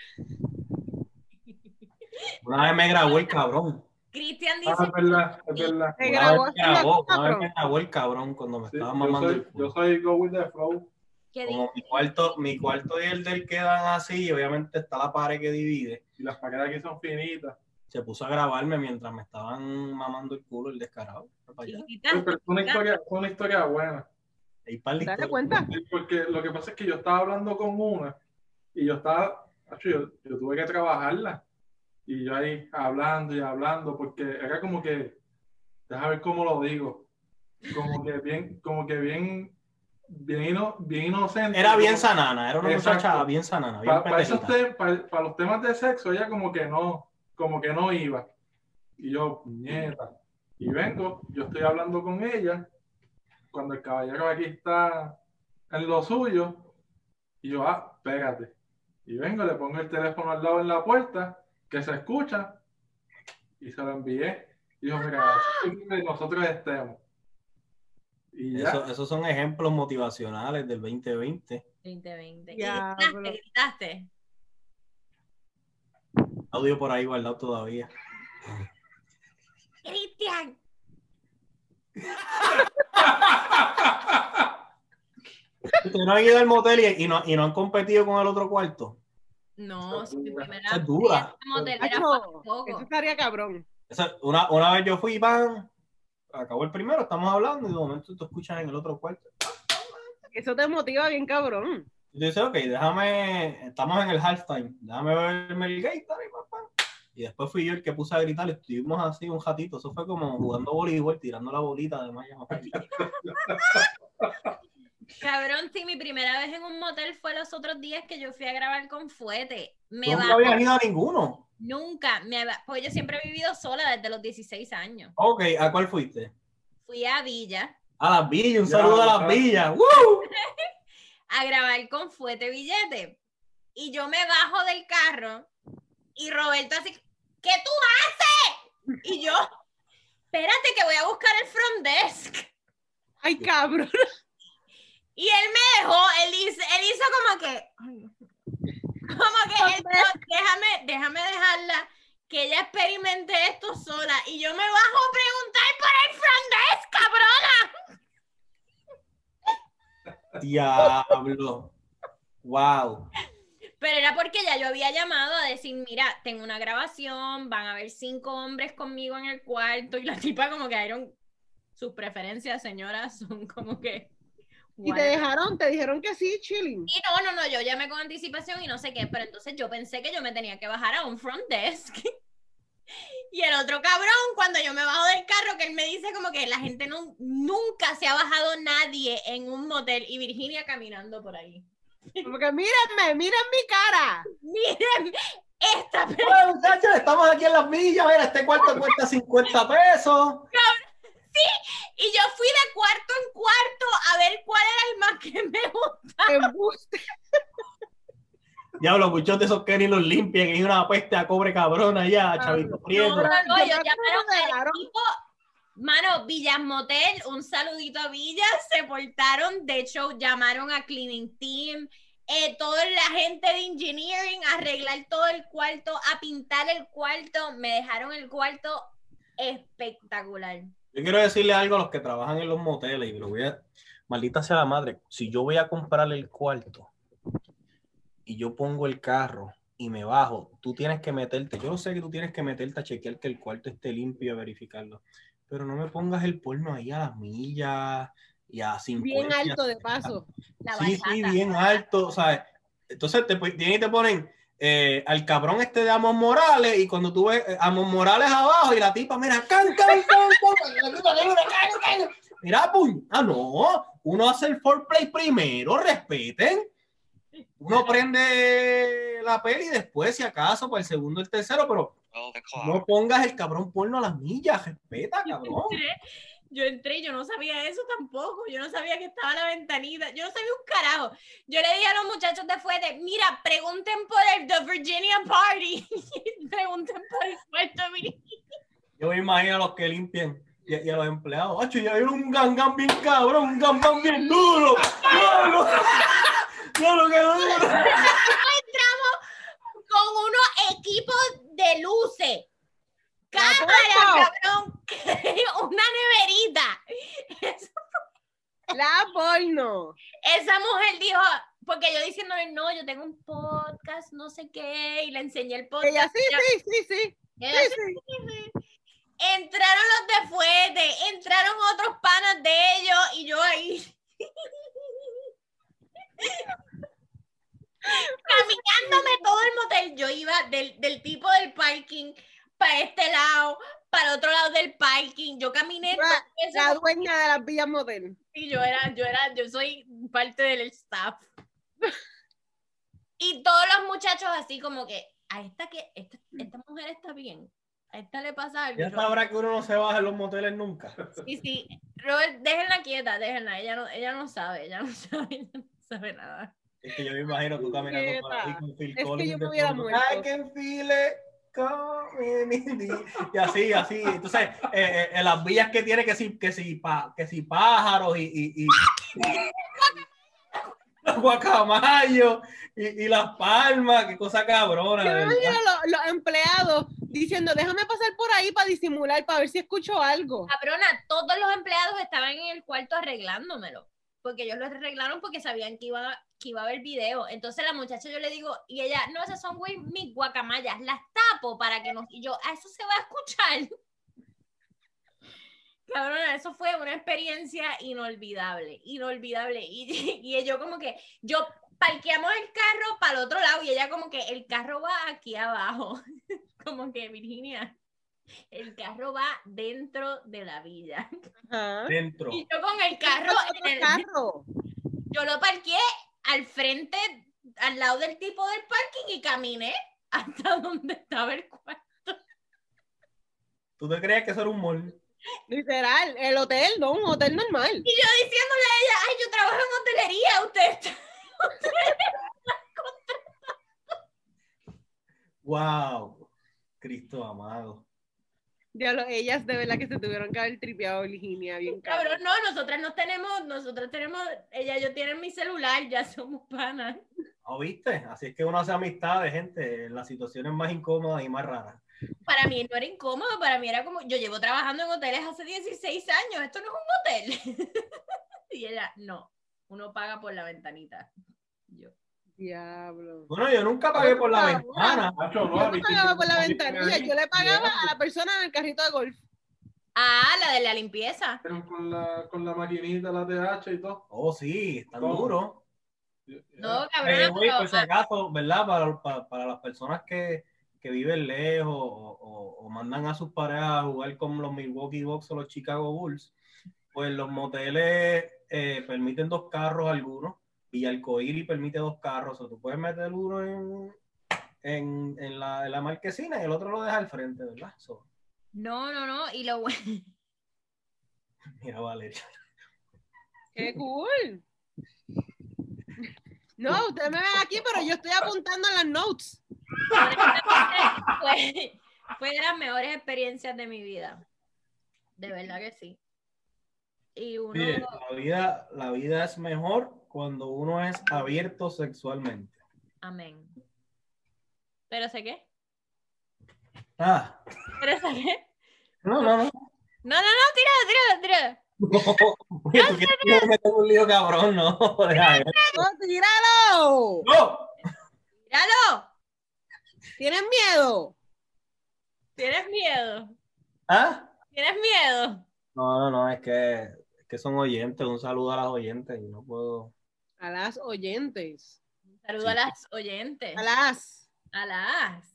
Speaker 3: Una vez me grabó el cabrón.
Speaker 1: Cristian dice...
Speaker 4: Es verdad.
Speaker 2: Me
Speaker 3: Una
Speaker 2: grabó
Speaker 3: vez
Speaker 2: haciendo
Speaker 3: me grabó el cabrón cuando me
Speaker 4: Sí,
Speaker 3: estaba mamando el culo.
Speaker 4: yo soy go with the flow.
Speaker 1: ¿Qué
Speaker 3: Como
Speaker 1: dice?
Speaker 3: mi cuarto y el del quedan así, y obviamente está la pared que divide.
Speaker 4: Y las paquetas aquí son finitas.
Speaker 3: Se puso a grabarme mientras me estaban mamando el culo el descarado.
Speaker 4: Sí, pero es una historia buena.
Speaker 3: Ahí para la
Speaker 2: ¿Te das
Speaker 3: historia.
Speaker 2: cuenta?
Speaker 4: Sí, porque lo que pasa es que yo estaba hablando con una y yo tuve que trabajarla. Y yo ahí hablando y hablando, porque era como que, déjame ver cómo lo digo, como que bien inocente.
Speaker 3: Era bien sanana, era una
Speaker 4: Exacto.
Speaker 3: muchacha bien sanana, bien
Speaker 4: Para los temas de sexo, ella como que no iba. Y yo, puñeta. Y vengo, yo estoy hablando con ella, cuando el caballero aquí está en lo suyo, y yo, espérate. Y vengo, le pongo el teléfono al lado en la puerta, que se escucha, y se lo envié. Y yo, mira, así es que nosotros estemos. Y ya.
Speaker 3: Esos son ejemplos motivacionales del 2020.
Speaker 1: 2020.
Speaker 2: Ya,
Speaker 1: ¿Y
Speaker 2: pero-
Speaker 1: gritaste?
Speaker 3: Audio por ahí guardado todavía.
Speaker 1: Cristian,
Speaker 3: ¿Ustedes no han ido al motel y no han competido con el otro cuarto?
Speaker 1: No, si mi primera
Speaker 3: Esa es dura.
Speaker 1: motel era
Speaker 2: Acho,
Speaker 1: poco.
Speaker 2: eso estaría cabrón.
Speaker 3: Una vez yo fui, acabó el primero, estamos hablando y de momento tú escuchas en el otro cuarto.
Speaker 2: Eso te motiva bien cabrón.
Speaker 3: Y tú dices, ok, estamos en el halftime, déjame verme el Gatorade, papá. Y después fui yo el que puse a gritar, estuvimos así un ratito, eso fue como jugando voleibol, tirando la bolita de Maya.
Speaker 1: Cabrón, sí, mi primera vez en un motel fue los otros días que yo fui a grabar con Fuete.
Speaker 3: ¿Nunca habías ido a ninguno?
Speaker 1: Nunca, porque yo siempre he vivido sola desde los 16 años.
Speaker 3: Ok, ¿a cuál fuiste?
Speaker 1: Fui a Villa.
Speaker 3: A Las Villas, un saludo a Las Villas. ¡Woo!
Speaker 1: A grabar con Fuete Billete. Y yo me bajo del carro y Roberto así, ¿qué tú haces? Y yo, espérate que voy a buscar el front desk.
Speaker 2: Ay, cabrón.
Speaker 1: Y él me dejó, él hizo como que, él dijo, déjame dejarla, que ella experimente esto sola. Y yo me bajo a preguntar por el front desk, cabrona.
Speaker 3: Diablo. Wow.
Speaker 1: Pero era porque ya yo había llamado a decir, mira, tengo una grabación, van a haber 5 hombres conmigo en el cuarto. Y la tipa como que dieron sus preferencias, señoras, son como que...
Speaker 2: Y te dijeron que sí, chilling.
Speaker 1: Y no, yo llamé con anticipación y no sé qué, pero entonces yo pensé que yo me tenía que bajar a un front desk. Y el otro cabrón, cuando yo me bajo del carro, que él me dice como que la gente nunca se ha bajado nadie en un motel, y Virginia caminando por ahí.
Speaker 2: Porque miren mi cara.
Speaker 1: Miren, esta
Speaker 3: Hola, muchachos, estamos aquí en Las Villas, mira, este cuarto cuesta 50 pesos.
Speaker 1: Sí, y yo fui de cuarto en cuarto a ver cuál era el más que me gustaba.
Speaker 2: Embuste.
Speaker 3: Diablo, muchos de esos Kenny los limpian, y hay una peste a cobre cabrona allá, chavito prieto.
Speaker 1: No, ellos llamaron al equipo, mano, Villas Motel, un saludito a Villas, se portaron, de hecho, llamaron a Cleaning Team, toda la gente de Engineering, a arreglar todo el cuarto, a pintar el cuarto, me dejaron el cuarto espectacular.
Speaker 3: Yo quiero decirle algo a los que trabajan en los moteles, y lo maldita sea la madre, si yo voy a comprar el cuarto y yo pongo el carro y me bajo, tú tienes que meterte, yo no sé que tú tienes que meterte a chequear que el cuarto esté limpio y a verificarlo, pero no me pongas el porno ahí a las millas y a 50.
Speaker 2: Bien alto de paso.
Speaker 3: Sí, bien alto, o sea, entonces te ponen al cabrón este de Amon Morales, y cuando tú ves Amon Morales abajo y la tipa, mira, can. Mira, pum, no, uno hace el foreplay primero, respeten. Uno prende la peli y después, si acaso, para el segundo y el tercero, pero no pongas el cabrón porno a las millas, respeta, cabrón.
Speaker 1: Yo entré y yo no sabía eso tampoco, yo no sabía que estaba la ventanita, yo no sabía un carajo. Yo le dije a los muchachos de Fuete, mira, pregunten por el The Virginia Party, pregunten por el Puerto Virginia.
Speaker 3: Yo me imagino a los que limpian y a los empleados, ¡acho! Ya hay un gangan bien cabrón, un gangan bien duro. ¡Claro que duro!
Speaker 1: Entramos con unos equipos de luces. ¡Cámara, cabrón! ¡Una neverita!
Speaker 2: La porno.
Speaker 1: Esa mujer dijo, porque yo diciéndole, no, yo tengo un podcast, no sé qué, y le enseñé el podcast.
Speaker 2: Ella sí.
Speaker 1: Entraron los de Fuete, entraron otros panas de ellos, y yo ahí... caminándome todo el motel. Yo iba del tipo del parking para este lado, para el otro lado del parking. Yo caminé
Speaker 2: la dueña de las Villas Motel.
Speaker 1: Sí, yo soy parte del staff. Y todos los muchachos así como que esta mujer está bien. A esta le pasa algo.
Speaker 3: Ya sabrá que uno no se baja en los moteles nunca.
Speaker 1: Sí. Robert, déjenla quieta, déjenla. Ella no sabe nada.
Speaker 3: Es que yo me imagino tú caminando por ahí con Phil Collins.
Speaker 2: Es que yo me hubiera muerto.
Speaker 3: I can feel it coming. Y así. Entonces, en las villas que tiene que si pájaros y los guacamayos y las palmas, qué cosa cabrona.
Speaker 2: Yo me imagino los empleados diciendo, déjame pasar por ahí para disimular, para ver si escucho algo.
Speaker 1: Cabrona, todos los empleados estaban en el cuarto arreglándomelo. Porque ellos lo arreglaron porque sabían que iba a haber video. Entonces la muchacha yo le digo, y ella, no, esas son mis guacamayas, las tapo para que no. Y yo, a eso se va a escuchar. Cabrona, eso fue una experiencia inolvidable. Y yo como que, yo parqueamos el carro para el otro lado y ella como que el carro va aquí abajo. Como que, Virginia, el carro va dentro de la villa.
Speaker 2: Ajá.
Speaker 3: Dentro.
Speaker 1: Y yo con el carro, yo lo parqué al frente, al lado del tipo del parking y caminé hasta donde estaba el cuarto.
Speaker 3: ¿Tú te creías que eso era un mall?
Speaker 2: Literal, el hotel, no, un hotel normal.
Speaker 1: Y yo diciéndole a ella, ay, yo trabajo en hotelería, usted
Speaker 3: ¡Wow! Cristo amado.
Speaker 2: Diablo, ellas de verdad que se tuvieron que haber tripeado, Virginia, bien cabrón.
Speaker 1: Cabrón, no, nosotras tenemos, ella y yo tienen mi celular, ya somos panas.
Speaker 3: ¿No viste? Así es que uno hace amistad de gente en las situaciones más incómodas y más raras.
Speaker 1: Para mí no era incómodo, para mí era como, yo llevo trabajando en hoteles hace 16 años, esto no es un hotel. Y ella, no, uno paga por la ventanita. Yo.
Speaker 2: Diablo.
Speaker 3: Bueno, yo nunca pagué por la ventana.
Speaker 4: Macho,
Speaker 2: Yo no pagaba por la ventanilla, yo le pagaba a la persona en el carrito de golf.
Speaker 1: Ah, la de la limpieza.
Speaker 4: Pero con la maquinita, la TH y todo.
Speaker 3: Oh, sí, están
Speaker 4: ¿Cómo?
Speaker 3: duros.
Speaker 1: No, cabrón,
Speaker 3: Oye,
Speaker 1: pero,
Speaker 3: por si acaso, ¿verdad? Para las personas que viven lejos o mandan a sus parejas a jugar con los Milwaukee Bucks o los Chicago Bulls, pues los moteles permiten 2 carros algunos y Arcoíris permite 2 carros. O tú puedes meter uno en la marquesina y el otro lo dejas al frente, ¿verdad? So,
Speaker 1: no, y lo bueno.
Speaker 3: mira, Valeria.
Speaker 2: ¡Qué cool! No, ustedes me ven aquí, pero yo estoy apuntando en las notes.
Speaker 1: Fue de las mejores experiencias de mi vida. De verdad que sí. Y uno...
Speaker 3: Mire, la vida es mejor cuando uno es abierto sexualmente.
Speaker 1: Amén. ¿Pero sé qué?
Speaker 3: Ah,
Speaker 1: ¿Pero sé qué?
Speaker 3: no.
Speaker 1: No, tira.
Speaker 3: Oye, tú quieres que me meta en un lío cabrón, no. Deja eso.
Speaker 2: ¡No, tíralo!
Speaker 3: ¡No!
Speaker 1: ¡Tíralo!
Speaker 2: ¿Tienes miedo?
Speaker 1: ¿Tienes miedo?
Speaker 3: ¿Ah?
Speaker 1: ¿Tienes miedo?
Speaker 3: No, es que son oyentes. Un saludo a las oyentes y no puedo.
Speaker 2: A las oyentes.
Speaker 1: Un saludo
Speaker 3: Sí.
Speaker 1: a las oyentes.
Speaker 2: A las.
Speaker 1: A las.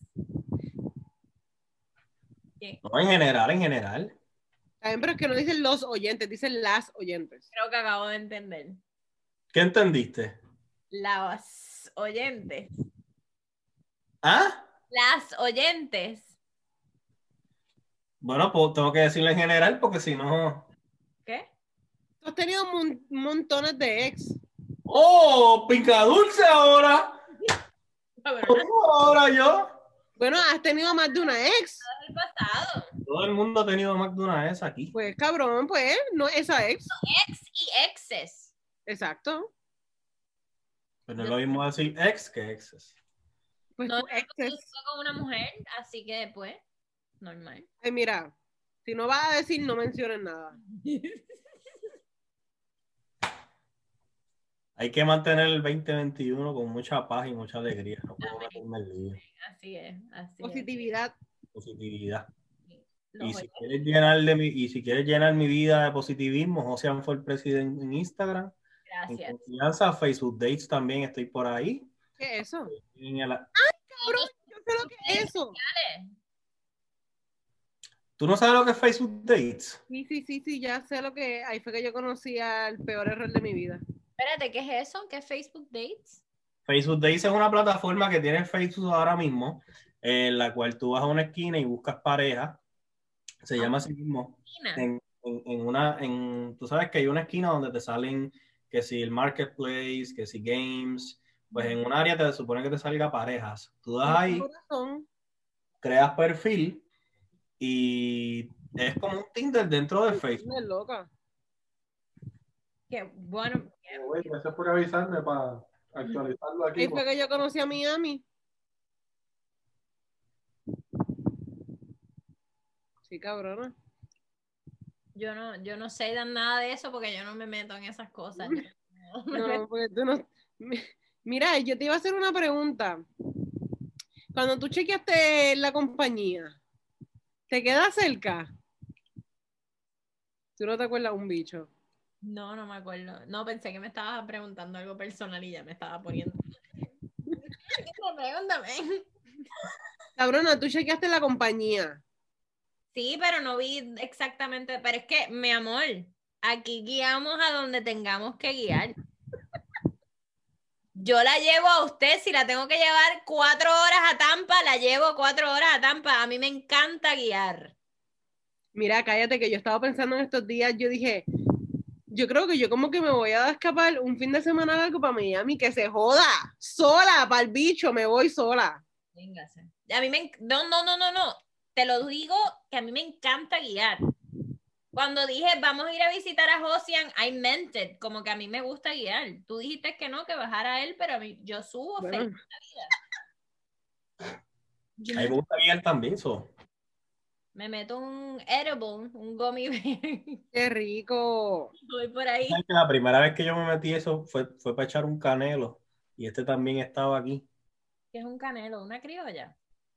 Speaker 3: No, en general.
Speaker 2: También, pero es que no dicen los oyentes, dicen las oyentes.
Speaker 1: Creo que acabo de entender.
Speaker 3: ¿Qué entendiste?
Speaker 1: Las oyentes.
Speaker 3: ¿Ah?
Speaker 1: Las oyentes.
Speaker 3: Bueno, pues tengo que decirlo en general porque si no.
Speaker 1: ¿Qué?
Speaker 2: Tú has tenido montones de ex.
Speaker 3: ¡Oh! ¡Pica dulce ahora!
Speaker 1: Cabrón,
Speaker 3: Ahora yo.
Speaker 2: Bueno, has tenido más de una ex.
Speaker 1: el pasado.
Speaker 3: Todo el mundo ha tenido más de una vez aquí.
Speaker 2: Pues cabrón, pues, no esa ex.
Speaker 1: Ex y exes.
Speaker 2: Exacto.
Speaker 3: Pero no es lo mismo decir ex que exes.
Speaker 2: Pues
Speaker 1: No,
Speaker 2: tu
Speaker 1: yo
Speaker 2: exes.
Speaker 1: estoy con una mujer, así que después, normal.
Speaker 2: Ay, mira, si no vas a decir, no menciones nada.
Speaker 3: Hay que mantener el 2021 con mucha paz y mucha alegría. No puedo meterme el lío.
Speaker 1: Así es, así
Speaker 2: Positividad.
Speaker 3: Positividad.
Speaker 1: es.
Speaker 3: Y si quieres llenar mi vida de positivismo, José fue el presidente en Instagram. En
Speaker 1: Gracias.
Speaker 3: confianza, Facebook Dates también estoy por ahí.
Speaker 2: ¿Qué es eso?
Speaker 1: Cabrón,
Speaker 2: Yo sé lo que es eso.
Speaker 3: ¿Tú no sabes lo que es Facebook Dates?
Speaker 2: Sí, ya sé lo que. Ahí fue que yo conocí al peor error de mi vida.
Speaker 1: Espérate, ¿qué es eso? ¿Qué es Facebook Dates?
Speaker 3: Facebook Dates es una plataforma que tiene Facebook ahora mismo, en la cual tú vas a una esquina y buscas pareja. Se llama así mismo. Tú sabes que hay una esquina donde te salen que si el marketplace, que si games, pues en un área te supone que te salga parejas. Tú das ahí,
Speaker 2: Corazón.
Speaker 3: creas perfil y es como un Tinder dentro de Facebook.
Speaker 2: Es loca.
Speaker 1: Qué bueno.
Speaker 4: Oye, gracias por avisarme para actualizarlo aquí.
Speaker 2: Ahí fue que yo conocí a Miami. Sí, cabrona.
Speaker 1: Yo no sé nada de eso porque yo no me meto en esas cosas. Yo no me meto.
Speaker 2: No, porque tú no. Mira, yo te iba a hacer una pregunta. Cuando tú chequeaste la compañía, ¿te queda cerca? Tú no te acuerdas un bicho.
Speaker 1: No me acuerdo. No, pensé que me estabas preguntando algo personal y ya me estaba poniendo. Pregúntame.
Speaker 2: Cabrona, tú chequeaste la compañía.
Speaker 1: Sí, pero no vi exactamente. Pero es que, mi amor, aquí guiamos a donde tengamos que guiar. Yo la llevo a usted, si la tengo que llevar 4 horas a Tampa, la llevo 4 horas a Tampa. A mí me encanta guiar.
Speaker 2: Mira, cállate, que yo estaba pensando en estos días, yo dije, yo creo que yo como que me voy a escapar un fin de semana largo para Miami, que se joda, sola, para el bicho, me voy sola.
Speaker 1: Véngase. A mí no. Te lo digo que a mí me encanta guiar. Cuando dije vamos a ir a visitar a Josian, I meant it, como que a mí me gusta guiar. Tú dijiste que no, que bajara él, pero a mí, yo subo
Speaker 2: Bueno,
Speaker 1: feliz la vida.
Speaker 3: A mí me gusta guiar también, so.
Speaker 1: Me meto un edible, un gummy bear.
Speaker 2: qué rico.
Speaker 1: Voy por ahí.
Speaker 3: ¿Sabes que la primera vez que yo me metí eso fue para echar un canelo y este también estaba aquí
Speaker 1: ¿Qué es un canelo? ¿Una criolla?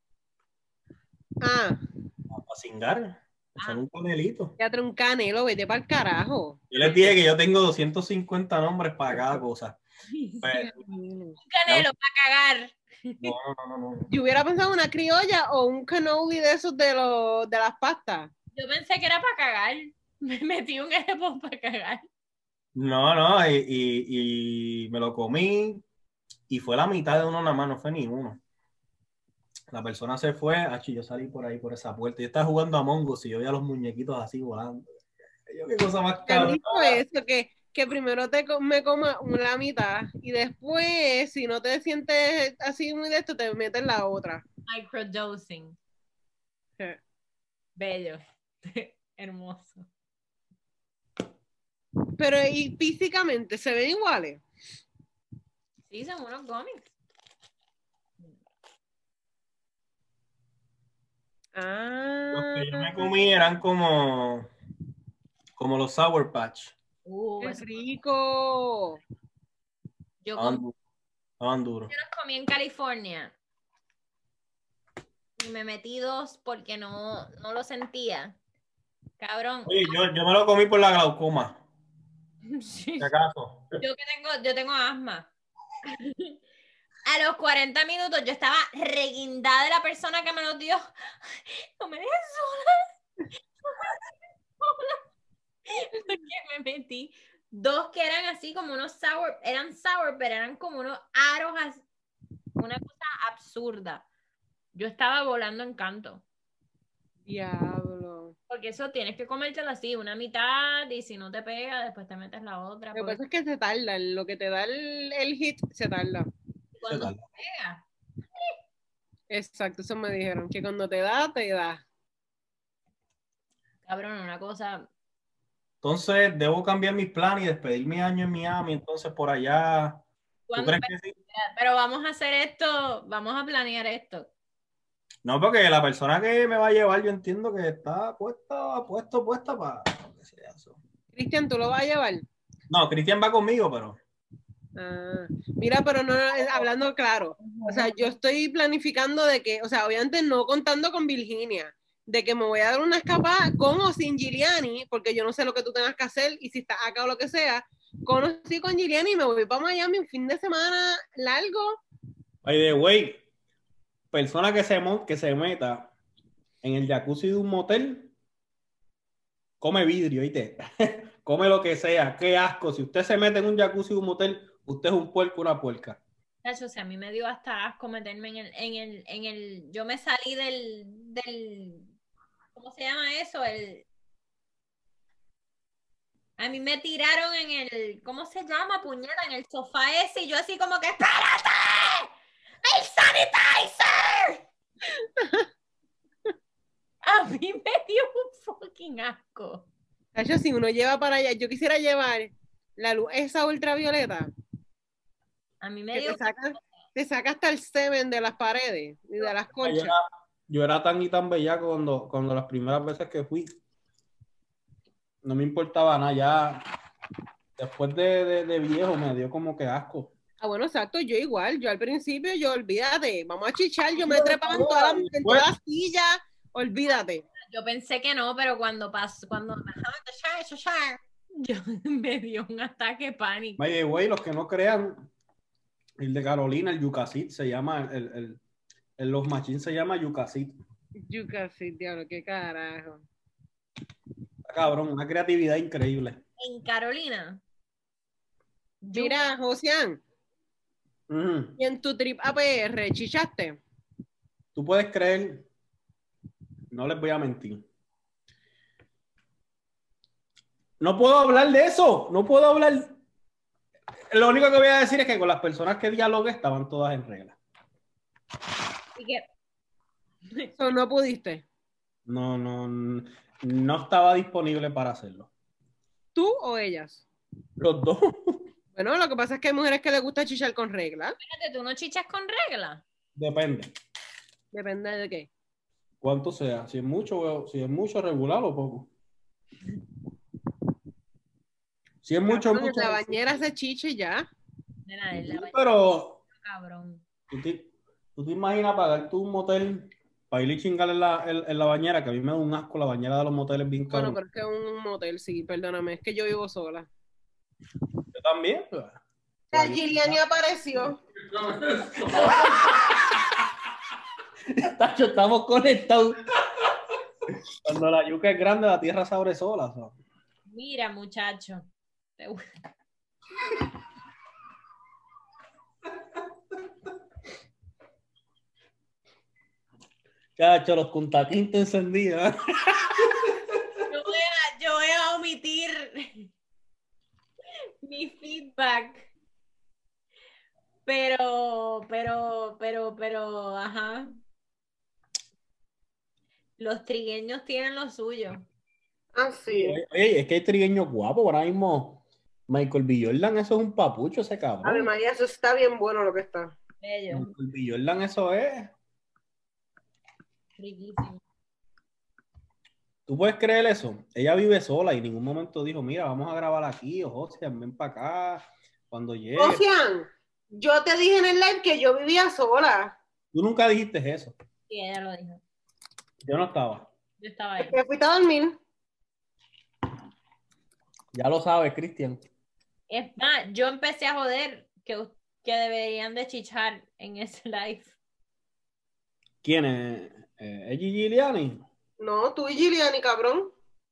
Speaker 2: Ah,
Speaker 3: para cingar, echar un canelito.
Speaker 2: ya trae un canelo, vete para el carajo.
Speaker 3: Yo les dije que yo tengo 250 nombres para cada cosa. Pues,
Speaker 1: Un canelo para cagar.
Speaker 3: no.
Speaker 2: Yo hubiera pensado una criolla o un cannoli de esos de las pastas.
Speaker 1: Yo pensé que era para cagar. Me metí un edible para cagar.
Speaker 3: No, y me lo comí y fue la mitad de uno nada más, no fue ni uno. La persona se fue, yo salí por ahí, por esa puerta, y estaba jugando a Among Us y yo veía los muñequitos así volando. Yo, qué cosa más
Speaker 2: ¿Te han
Speaker 3: cabrón.
Speaker 2: dicho eso? Que primero me coma la mitad y después, si no te sientes así muy de esto, te metes la otra.
Speaker 1: Microdosing.
Speaker 2: Sí.
Speaker 1: Bello. Hermoso.
Speaker 2: Pero y físicamente se ven iguales.
Speaker 1: Sí, son unos cómics.
Speaker 3: Los que yo me
Speaker 2: Ah,
Speaker 3: comí eran como los Sour Patch.
Speaker 2: qué
Speaker 1: Eso.
Speaker 2: rico.
Speaker 1: Yo
Speaker 3: Estaban duros.
Speaker 1: los comí en California. Y me metí 2 porque no lo sentía. Cabrón.
Speaker 3: Oye, yo me lo comí por la glaucoma,
Speaker 1: Sí.
Speaker 3: si acaso.
Speaker 1: Yo tengo asma. A los 40 minutos yo estaba reguindada de la persona que me los dio. No me dejes sola. Porque me metí 2 que eran así como unos sour, pero eran como unos aros, una cosa absurda. Yo estaba volando en canto.
Speaker 2: Diablo.
Speaker 1: Porque eso tienes que comértelo así, una mitad, y si no te pega, después te metes la otra.
Speaker 2: Lo que
Speaker 1: Porque
Speaker 2: pasa es que se tarda, lo que te da el hit se tarda.
Speaker 1: cuando te pega,
Speaker 2: Exacto, eso me dijeron, que cuando te da, te da.
Speaker 1: cabrón, una cosa.
Speaker 3: Entonces, debo cambiar mis planes y despedir mi año en Miami, entonces por allá. ¿Tú crees que sí?
Speaker 1: Pero vamos a hacer esto, vamos a planear esto.
Speaker 3: No, porque la persona que me va a llevar, yo entiendo que está puesta para que sea eso.
Speaker 2: Cristian, ¿tú lo vas a llevar?
Speaker 3: No, Cristian va conmigo, pero
Speaker 2: Ah, mira, pero no, hablando claro, o sea, yo estoy planificando de que, o sea, obviamente no contando con Virginia, de que me voy a dar una escapada con o sin Giuliani, porque yo no sé lo que tú tengas que hacer y si estás acá o lo que sea, con o sí con Giuliani y me voy para Miami un fin de semana largo.
Speaker 3: by the way, persona que se meta en el jacuzzi de un motel, come vidrio, ¿viste? Come lo que sea, qué asco. Si usted se mete en un jacuzzi de un motel, usted es un puerco, una puerca.
Speaker 1: O sea, a mí me dio hasta asco meterme en el, yo me salí del, ¿cómo se llama eso? A mí me tiraron en el, ¿cómo se llama, puñeta? En el sofá ese y yo así como que, ¡espérate! ¡El sanitizer! A mí me dio un fucking asco.
Speaker 2: Cacho, si uno lleva para allá, yo quisiera llevar la luz esa ultravioleta,
Speaker 1: A mí me
Speaker 2: que
Speaker 1: dio...
Speaker 2: te saca hasta el semen de las paredes y de las
Speaker 3: Allá,
Speaker 2: colchas.
Speaker 3: yo era tan y tan bellaco cuando las primeras veces que fui. No me importaba nada, ya después de viejo me dio como que asco.
Speaker 2: Ah, bueno, exacto, yo igual, yo al principio, yo olvídate, vamos a chichar, yo me trepaba en todas las sillas, olvídate.
Speaker 1: Yo pensé que no, pero cuando yo me dio un ataque de pánico.
Speaker 3: By the way, los que no crean, el de Carolina, el Yucasit, se llama, los machines se llama Yucasit.
Speaker 2: Yuca, sí, diablo, qué carajo.
Speaker 3: Cabrón, una creatividad increíble.
Speaker 1: En Carolina.
Speaker 2: Mira, Josian,
Speaker 3: Ujú.
Speaker 2: y en tu trip APR, chichaste.
Speaker 3: Tú puedes creer, no les voy a mentir. No puedo hablar de eso, no puedo hablar. Lo único que voy a decir es que con las personas que dialogué estaban todas en regla.
Speaker 1: ¿Y qué?
Speaker 2: ¿O no pudiste?
Speaker 3: No estaba disponible para hacerlo.
Speaker 2: ¿Tú o ellas?
Speaker 3: Los dos.
Speaker 2: Bueno, lo que pasa es que hay mujeres que les gusta chichar con regla.
Speaker 1: Espérate, ¿tú no chichas con regla?
Speaker 3: Depende.
Speaker 2: Depende de qué.
Speaker 3: Cuánto sea. Si es mucho regular o poco. Si es mucho,
Speaker 2: Cabrón,
Speaker 3: mucho.
Speaker 2: en la bañera se chiche ya.
Speaker 1: Nena, en la bañera,
Speaker 3: Pero
Speaker 1: cabrón.
Speaker 3: ¿tú te imaginas pagar tú un motel para ir y chingar en la bañera? Que a mí me da un asco la bañera de los moteles bien
Speaker 2: Bueno,
Speaker 3: cabrón.
Speaker 2: pero es que es un motel, sí, perdóname, es que yo vivo sola.
Speaker 3: Yo también. Pues.
Speaker 2: La Giliani apareció.
Speaker 3: Tacho, estamos conectados. Cuando la yuca es grande, la tierra se abre sola. ¿Sabes?
Speaker 1: Mira, muchacho.
Speaker 3: Chacho, los contaquintes encendidos.
Speaker 1: Yo voy a omitir mi feedback. Pero, ajá. Los trigueños tienen lo suyo.
Speaker 2: Ah, sí.
Speaker 3: Oye, es que hay trigueños guapos. Ahora mismo, Michael B. Jordan, eso es un papucho, ese cabrón.
Speaker 2: Ave María, eso está bien bueno lo que está.
Speaker 1: Bello.
Speaker 3: Michael B. Jordan, eso es.
Speaker 1: Riquísimo.
Speaker 3: ¿Tú puedes creer eso? Ella vive sola y en ningún momento dijo, mira, vamos a grabar aquí, o José, ven para acá, cuando llegue.
Speaker 2: Josian, yo te dije en el live que yo vivía sola.
Speaker 3: Tú nunca dijiste eso.
Speaker 1: Sí, ella lo dijo.
Speaker 3: Yo no estaba.
Speaker 1: Yo estaba ahí.
Speaker 2: Me fuiste a dormir.
Speaker 3: Ya lo sabes, Cristian.
Speaker 1: Es más, yo empecé a joder que deberían de chichar en ese live.
Speaker 3: ¿Quién es? ¿Es Gigi Giuliani?
Speaker 2: No, tú y Giliani, cabrón.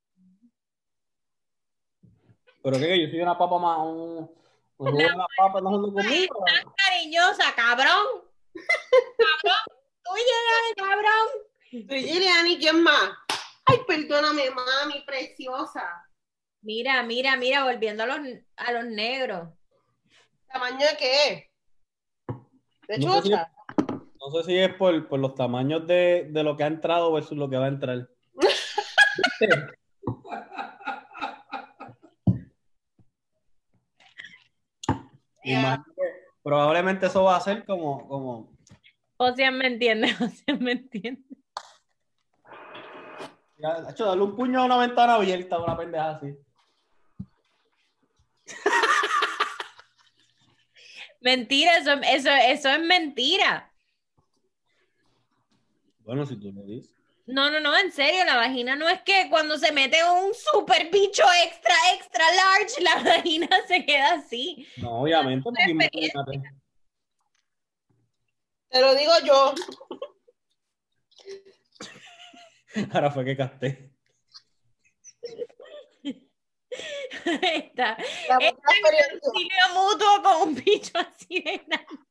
Speaker 3: ¿Pero qué? Yo soy una papa más... una papa no junto conmigo.
Speaker 1: Estás cariñosa, cabrón. Cabrón. Tú llegas, cabrón.
Speaker 2: Tú y Giliani, ¿quién más? Ay, perdóname, mami, preciosa.
Speaker 1: Mira, volviendo a los negros.
Speaker 2: ¿Tamaño de qué? ¿De
Speaker 3: No sé
Speaker 2: chocha?
Speaker 3: No sé si es por los tamaños de lo que ha entrado versus lo que va a entrar. Imagino que probablemente eso va a ser como...
Speaker 1: José me entiende, José me entiende.
Speaker 3: Ya, de hecho, darle un puño a una ventana abierta, una pendeja así.
Speaker 1: Mentira, eso es mentira.
Speaker 3: Bueno, si tú lo dices.
Speaker 1: No, en serio, la vagina no es que cuando se mete un super bicho extra large, la vagina se queda así.
Speaker 3: No, obviamente, porque imagínate.
Speaker 2: Te lo digo yo.
Speaker 3: Ahora fue que casté.
Speaker 1: Esta
Speaker 2: La
Speaker 1: es
Speaker 2: experiencia.
Speaker 1: un mutuo con un bicho así de grande.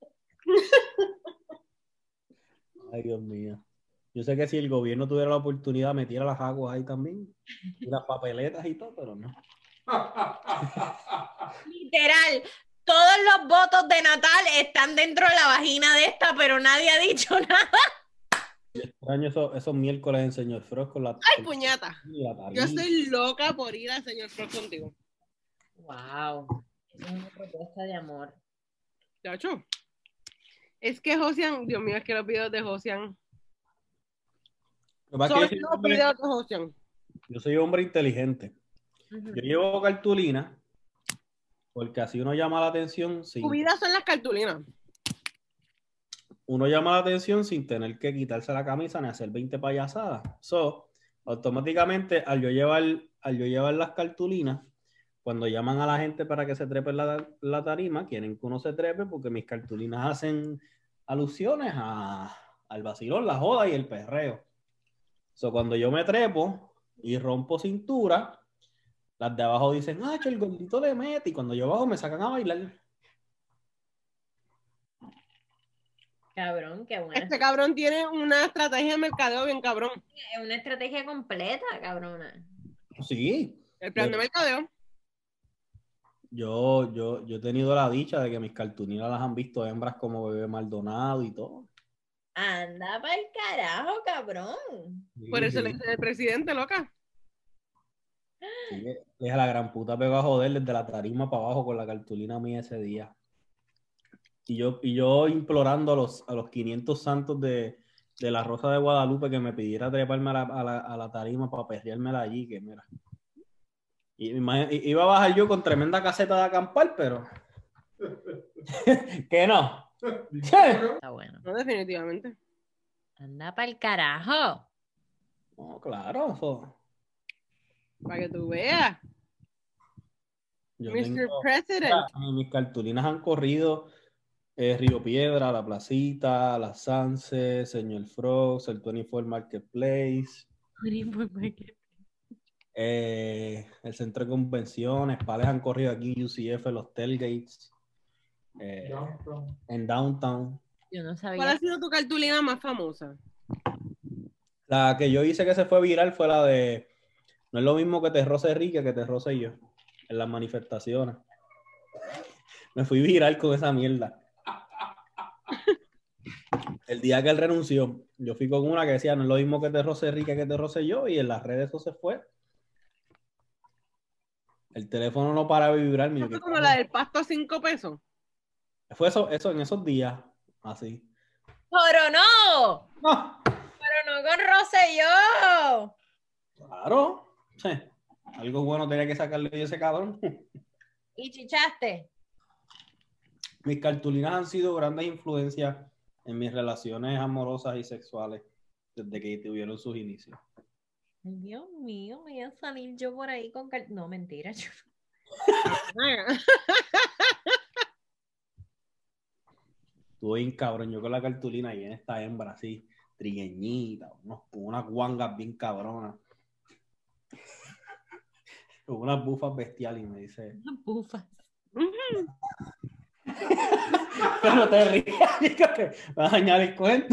Speaker 3: Ay, Dios mío. Yo sé que si el gobierno tuviera la oportunidad, metiera las aguas ahí también. Y las papeletas y todo, pero no.
Speaker 1: Literal, todos los votos de Natal están dentro de la vagina de esta, pero nadie ha dicho nada.
Speaker 3: Extraño esos miércoles en Señor Frost con la...
Speaker 2: Ay, puñata. Yo estoy loca por ir al señor Frost contigo.
Speaker 1: Wow, es una propuesta de amor.
Speaker 2: Chacho. Es que Josian, Dios mío, es que los videos de Josian.
Speaker 3: Lo que pasa
Speaker 2: Solo
Speaker 3: es que
Speaker 2: no pide otra opción.
Speaker 3: yo soy hombre inteligente.
Speaker 1: Ujú.
Speaker 3: Yo llevo cartulina porque así
Speaker 2: Tu vida son las cartulinas.
Speaker 3: uno llama la atención sin tener que quitarse la camisa ni hacer 20 payasadas. So, automáticamente, al yo llevar las cartulinas, cuando llaman a la gente para que se trepe en la tarima, quieren que uno se trepe porque mis cartulinas hacen alusiones al vacilón, la joda y el perreo. So, cuando yo me trepo y rompo cintura, las de abajo dicen, ah, el gordito le mete, y cuando yo bajo me sacan a bailar.
Speaker 1: Cabrón, qué buena.
Speaker 2: Este cabrón tiene una estrategia de mercadeo bien cabrón.
Speaker 1: Es una estrategia completa, cabrona.
Speaker 3: Sí.
Speaker 2: El plan de mercadeo.
Speaker 3: Yo he tenido la dicha de que mis cartulinas las han visto hembras como Bebé Maldonado y todo.
Speaker 1: Anda pa'l carajo, cabrón.
Speaker 3: Sí,
Speaker 2: Por eso
Speaker 3: sí.
Speaker 2: le dice el presidente, loca.
Speaker 3: Sí, es a la gran puta pegó a joder desde la tarima para abajo con la cartulina mía ese día. Y yo implorando a los 500 santos de la Rosa de Guadalupe que me pidiera treparme a la tarima para perreármela allí, que mira. Iba a bajar yo con tremenda caseta de acampar, pero que no.
Speaker 1: Está bueno.
Speaker 2: No, definitivamente.
Speaker 1: Anda pa'l carajo.
Speaker 3: No, claro, eso.
Speaker 2: Para que tú veas.
Speaker 3: Yo
Speaker 2: Mr.
Speaker 3: tengo,
Speaker 2: President.
Speaker 3: mis cartulinas han corrido Río Piedra, La Placita, La Sanse, Señor Frogs, el 24 Marketplace, el Centro de Convenciones, Pales han corrido aquí, UCF, los Tailgates, en Downtown.
Speaker 1: Yo no
Speaker 2: ¿Cuál
Speaker 1: sabía.
Speaker 2: ha sido tu cartulina más famosa?
Speaker 3: La que yo hice que se fue viral fue la de, no es lo mismo que te roce Enrique que te roce yo, en las manifestaciones. Me fui viral con esa mierda. El día que él renunció, yo fui con una que decía, no es lo mismo que te roce Enrique que te roce yo, y en las redes eso se fue. El teléfono no para de vibrar.
Speaker 2: ¿No fue como la del pasto a 5 pesos?
Speaker 3: Fue eso en esos días, así.
Speaker 1: ¡Coronó!
Speaker 3: No,
Speaker 1: ¡Coronó con Rosselló!
Speaker 3: claro. Sí. Algo bueno tenía que sacarle yo a ese cabrón.
Speaker 1: ¿Y chichaste?
Speaker 3: Mis cartulinas han sido grandes influencias en mis relaciones amorosas y sexuales desde que tuvieron sus inicios.
Speaker 1: Ay, Dios mío, voy a salir yo por ahí con... No, mentira. Yo...
Speaker 3: Estuve bien cabrón, yo con la cartulina y en esta hembra así, trigueñita, unas guangas bien cabronas. Con unas bufas bestiales y me dice...
Speaker 1: Bufas.
Speaker 3: Pero te rías, que vas a dañar el cuento.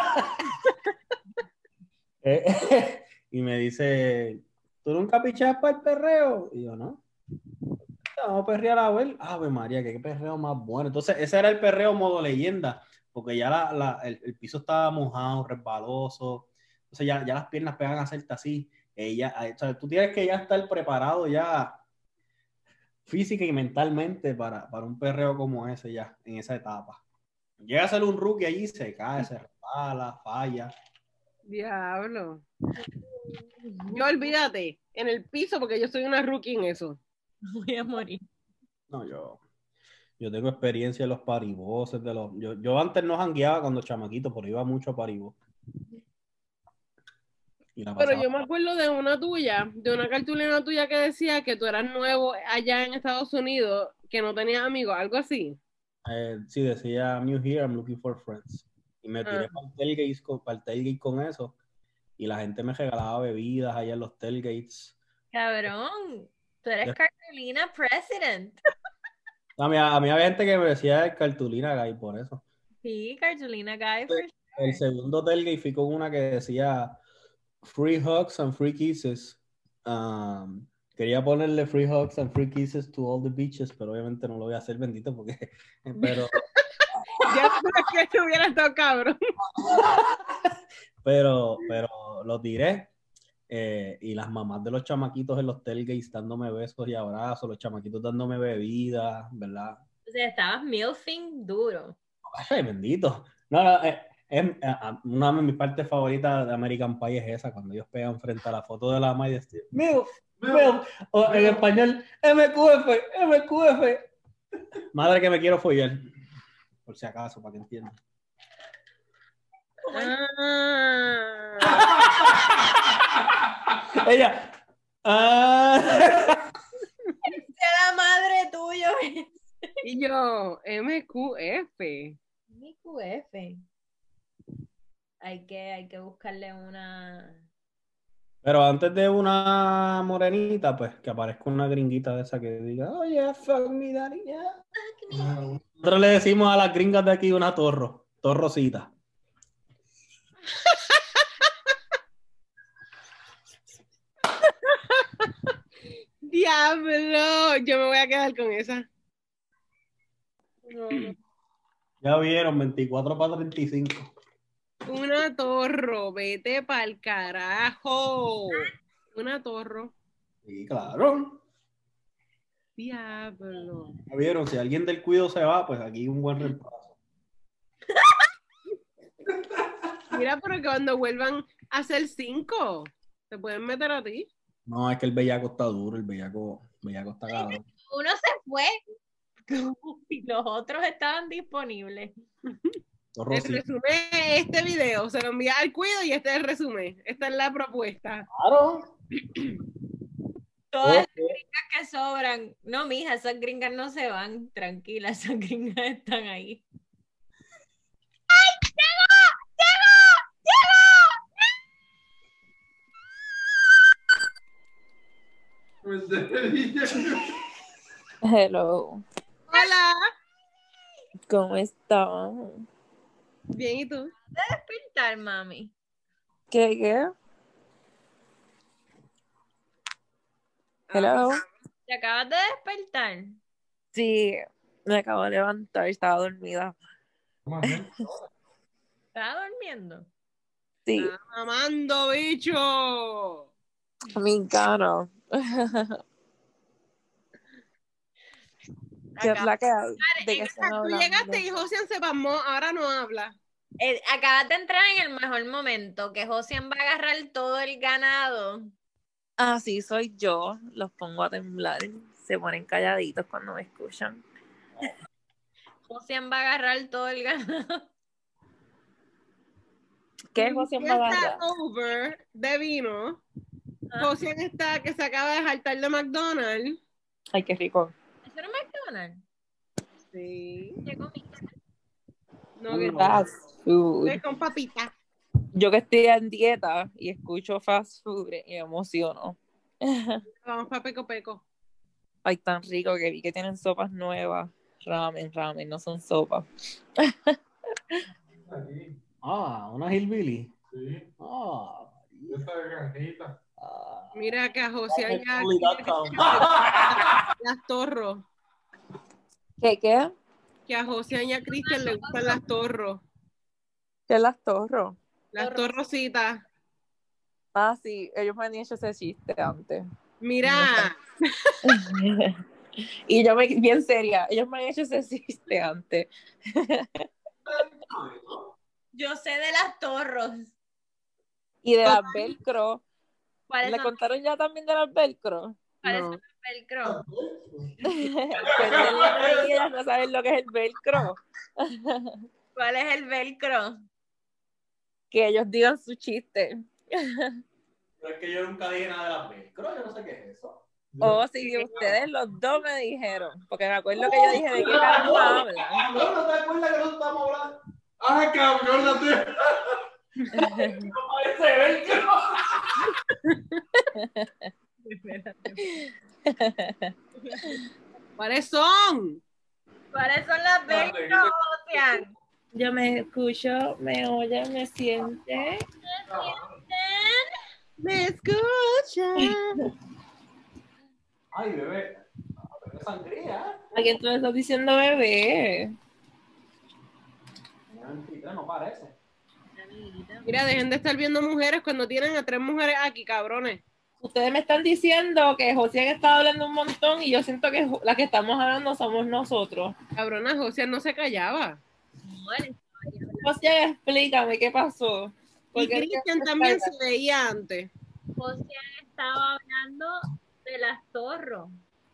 Speaker 3: Y me dice, ¿tú nunca pichas para el perreo? Y yo, no. Vamos a perrear a ver. Ave María, qué perreo más bueno. Entonces, ese era el perreo modo leyenda, porque ya el piso estaba mojado, resbaloso. Entonces, ya las piernas pegan a hacerte así. O sea, tú tienes que ya estar preparado ya física y mentalmente para un perreo como ese ya, en esa etapa. Llega a ser un rookie allí, se cae, se resbala, falla.
Speaker 2: Diablo. Yo olvídate, en el piso, porque yo soy una rookie en eso.
Speaker 1: Voy a morir.
Speaker 3: No, yo tengo experiencia en los pariboses yo antes no jangueaba cuando chamaquito, pero iba mucho a paribos.
Speaker 2: Pero yo me acuerdo de una tuya, de una cartulina tuya que decía que tú eras nuevo allá en Estados Unidos, que no tenías amigos, algo así.
Speaker 3: Sí, decía, I'm new here, I'm looking for friends. Y me tiré para el tailgate con eso. Y la gente me regalaba bebidas allá en los tailgates.
Speaker 1: Cabrón, tú eres cartulina president.
Speaker 3: A mí había gente que me decía cartulina guy por eso.
Speaker 1: Sí, cartulina guy for sure.
Speaker 3: El segundo tailgate fui con una que decía free hugs and free kisses. Quería ponerle free hugs and free kisses to all the bitches, pero obviamente no lo voy a hacer, bendito, porque... Pero...
Speaker 2: Ya que te hubiera estado cabrón.
Speaker 3: pero lo tiré. Y las mamás de los chamaquitos en los tailgates dándome besos y abrazos, los chamaquitos dándome bebidas, ¿verdad?
Speaker 1: O sea, estabas milfing duro.
Speaker 3: Ay, bendito. No, Una de mis partes favoritas de American Pie es esa, cuando ellos pegan frente a la foto de la madre y dicen, MILF, o en español, MQF. Madre que me quiero follar. Por si acaso, para que entiendan. Ella.
Speaker 1: La madre tuyo.
Speaker 2: Y yo, MQF.
Speaker 1: MQF. Hay que buscarle una.
Speaker 3: Pero antes de una morenita, pues que aparezca una gringuita de esa que diga, oye, fuck me, daddy, yeah. Nosotros le decimos a las gringas de aquí una torrocita.
Speaker 2: Diablo, yo me voy a quedar con esa.
Speaker 1: No.
Speaker 3: Ya vieron, 24 para 35.
Speaker 2: Una torro, vete pa'l carajo. Una torro.
Speaker 3: Sí, claro.
Speaker 2: Diablo.
Speaker 3: Ya vieron, si alguien del cuido se va, pues aquí un buen reemplazo.
Speaker 2: Mira, pero que cuando vuelvan a hacer 5, ¿te pueden meter a ti?
Speaker 3: No, es que el bellaco está duro, el bellaco está cabrón.
Speaker 1: Uno se fue y los otros estaban disponibles.
Speaker 2: El
Speaker 3: Torrocita.
Speaker 2: resumen de este video se lo envía al cuido y este es el resumen. Esta es la propuesta.
Speaker 3: Claro.
Speaker 1: Todas las gringas que sobran. No, mija, esas gringas no se van. Tranquila, esas gringas están ahí. ¡Ay!
Speaker 5: Hello,
Speaker 2: Hola.
Speaker 5: ¿cómo están?
Speaker 2: Bien, ¿y tú?
Speaker 1: Despertar, mami.
Speaker 5: ¿Qué? Hello.
Speaker 1: ¿Te acabas de despertar?
Speaker 5: Sí, me acabo de levantar, estaba dormida.
Speaker 1: ¿Estás durmiendo?
Speaker 5: Sí,
Speaker 2: Mamando, bicho.
Speaker 5: me encanta. ¿Qué es la que hay? ¿De qué están
Speaker 2: Tú
Speaker 5: hablando?
Speaker 2: llegaste y Josian se pasmó, ahora no habla.
Speaker 1: Acabas de entrar en el mejor momento, que Josian va a agarrar todo el ganado.
Speaker 5: Ah, sí, soy yo. Los pongo a temblar. Se ponen calladitos cuando me escuchan.
Speaker 1: Josian va a agarrar todo el ganado.
Speaker 5: ¿Qué es José
Speaker 2: Está
Speaker 5: Magallanes?
Speaker 2: over de vino.
Speaker 1: Ah.
Speaker 2: Josian está que se acaba de saltar de McDonald's.
Speaker 5: Ay, qué rico.
Speaker 1: ¿Eso era McDonald's?
Speaker 2: Sí.
Speaker 1: ¿Qué comí?
Speaker 2: No, que
Speaker 5: Fast food.
Speaker 2: es con papita.
Speaker 5: Yo que estoy en dieta y escucho fast food y me emociono.
Speaker 2: Vamos para Peco Peco.
Speaker 5: Ay, tan rico que vi que tienen sopas nuevas. Ramen, no son sopas.
Speaker 3: Ah, una hillbilly.
Speaker 4: Sí,
Speaker 3: Ah,
Speaker 4: esa de granjita.
Speaker 2: Mira que a Josian ya las torros.
Speaker 5: ¿Qué?
Speaker 2: Que a Josian y a Cristian le gustan las torros.
Speaker 5: ¿Qué es las torros?
Speaker 2: Las torrocitas.
Speaker 5: Ah, sí, ellos me han hecho ese chiste antes.
Speaker 2: Mira.
Speaker 5: Y yo bien seria, ellos me han hecho ese chiste antes.
Speaker 1: Yo sé de las torros.
Speaker 5: Y de las velcro.
Speaker 1: ¿Cuáles
Speaker 5: ¿Le
Speaker 1: son,
Speaker 5: contaron ya también de las velcro?
Speaker 1: cuáles
Speaker 2: No.
Speaker 1: son los velcro?
Speaker 5: Cuéntenle ahí, ellas no saben lo que es el velcro.
Speaker 1: ¿Cuál es el velcro?
Speaker 5: Que ellos digan su chiste.
Speaker 3: Pero es que yo nunca dije nada de las velcro, yo no sé qué es eso.
Speaker 5: Oh, sí, ustedes los dos me dijeron. Porque me acuerdo que yo dije, ¿de qué carajo hablan?
Speaker 3: ¿No te acuerdas que nosotros estamos hablando?
Speaker 4: ¡Ah, cabrón! La tía!
Speaker 3: No parece velcro.
Speaker 2: ¿Cuáles son?
Speaker 1: ¿Cuáles son las velcro, Josian?
Speaker 5: Yo me escucho, me oye, me siente.
Speaker 2: Me escucha.
Speaker 3: Ay, bebé. Bebé sangría.
Speaker 5: ¿A quién tú me estás diciendo bebé?
Speaker 3: No parece.
Speaker 2: Mira, dejen de estar viendo mujeres cuando tienen a 3 mujeres aquí, cabrones.
Speaker 5: Ustedes me están diciendo que José está hablando un montón y yo siento que las que estamos hablando somos nosotros.
Speaker 2: Cabrona, Josian no se callaba.
Speaker 1: No, él estaba ahí hablando.
Speaker 5: José, explícame qué pasó.
Speaker 2: Y
Speaker 5: Porque
Speaker 2: Cristian también se veía antes.
Speaker 1: José estaba hablando de las zorros.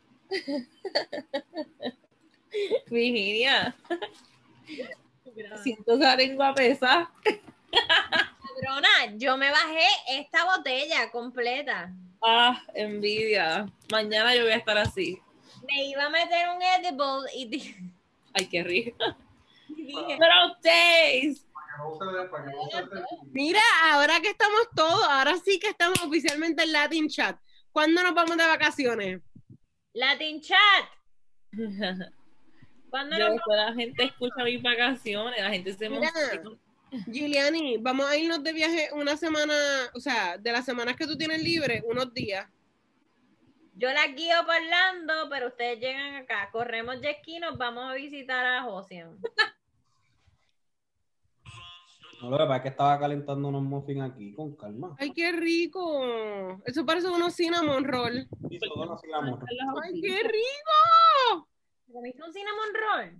Speaker 5: Virginia, siento esa lengua pesada.
Speaker 1: Cabrona, yo me bajé esta botella completa.
Speaker 5: Ah, envidia. Mañana yo voy a estar así.
Speaker 1: Me iba a meter un edible y
Speaker 5: Ay, qué rico.
Speaker 1: dije,
Speaker 5: Pero taste.
Speaker 4: Para que no se
Speaker 2: Mira, ahora que estamos todos, ahora sí que estamos oficialmente en Latin Chat. ¿Cuándo nos vamos de vacaciones?
Speaker 1: Latin Chat. ¿Cuándo
Speaker 5: Yo
Speaker 1: nos
Speaker 5: después la gente escucha mis vacaciones, la gente se
Speaker 2: Mira.
Speaker 5: emociona.
Speaker 2: Giuliani, vamos a irnos de viaje una semana, o sea, de las semanas que tú tienes libre, unos días.
Speaker 1: Yo la guío por Orlando, pero ustedes llegan acá. Corremos jet ski, nos vamos a visitar a Josian.
Speaker 3: No, lo que pasa es que estaba calentando unos muffins aquí con calma.
Speaker 2: ¡Ay, qué rico! Eso parece unos cinnamon roll.
Speaker 3: Sí, todo no se la morro.
Speaker 2: ¡Ay, qué rico!
Speaker 1: ¿Comiste un cinnamon roll?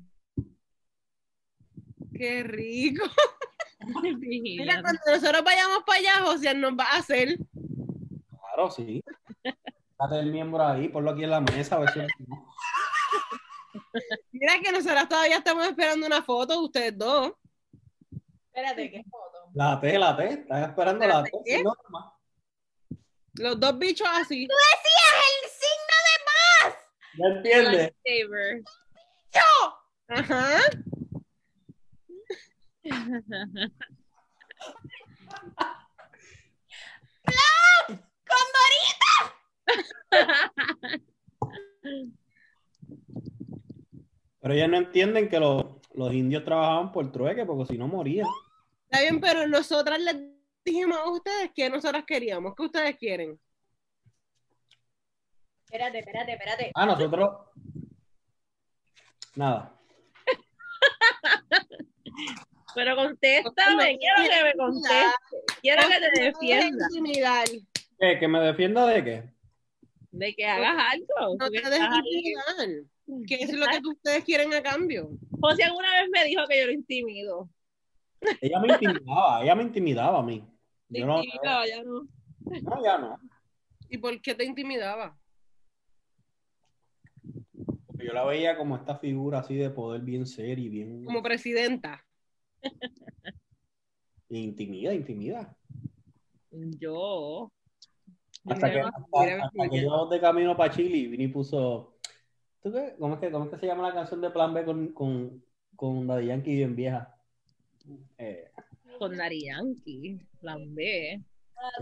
Speaker 2: ¡Qué rico! Mira,
Speaker 5: Virginia,
Speaker 2: cuando nosotros vayamos para allá, José nos va a hacer.
Speaker 3: Claro, sí. Date el miembro ahí, ponlo aquí en la mesa, a ver si...
Speaker 2: Mira que nosotros todavía estamos esperando una foto de ustedes dos.
Speaker 1: Espérate, ¿qué foto?
Speaker 3: La T, estás esperando la T.
Speaker 2: ¿Qué?
Speaker 3: No, más.
Speaker 2: Los dos bichos así.
Speaker 1: ¡Tú decías el signo de más!
Speaker 3: ¿Ya entiendes?
Speaker 5: lightsaber.
Speaker 2: Ajá.
Speaker 3: Pero ellos no entienden que los indios trabajaban por trueque, porque si no morían.
Speaker 2: Está bien, pero nosotras les dijimos a ustedes que nosotras queríamos. ¿Qué ustedes quieren?
Speaker 1: Espérate.
Speaker 3: Ah, nosotros... Nada.
Speaker 5: Pero contéstame, quiero que me conteste. Quiero que te defienda.
Speaker 2: Intimidar.
Speaker 3: ¿Qué? ¿Que me defienda de qué?
Speaker 5: De que hagas algo.
Speaker 2: No
Speaker 5: porque
Speaker 2: te dejes
Speaker 5: estás ahí.
Speaker 2: intimidar. ¿Qué es lo que ustedes quieren a cambio?
Speaker 5: José alguna vez me dijo que yo lo intimido.
Speaker 3: Ella me intimidaba a mí. Yo no,
Speaker 5: Intimidaba, ya no.
Speaker 3: no, ya no.
Speaker 2: ¿Y por qué te intimidaba?
Speaker 3: Porque yo la veía como esta figura así de poder bien seria y bien...
Speaker 2: Como presidenta.
Speaker 3: Intimida.
Speaker 5: Yo.
Speaker 3: Hasta que,
Speaker 2: mira,
Speaker 3: hasta que íbamos de camino para Chile y vine y puso... ¿Tú qué? ¿Cómo es que se llama la canción de Plan B con Daddy Yankee bien vieja?
Speaker 5: Con Dari Yankee, plan B.
Speaker 3: Sí.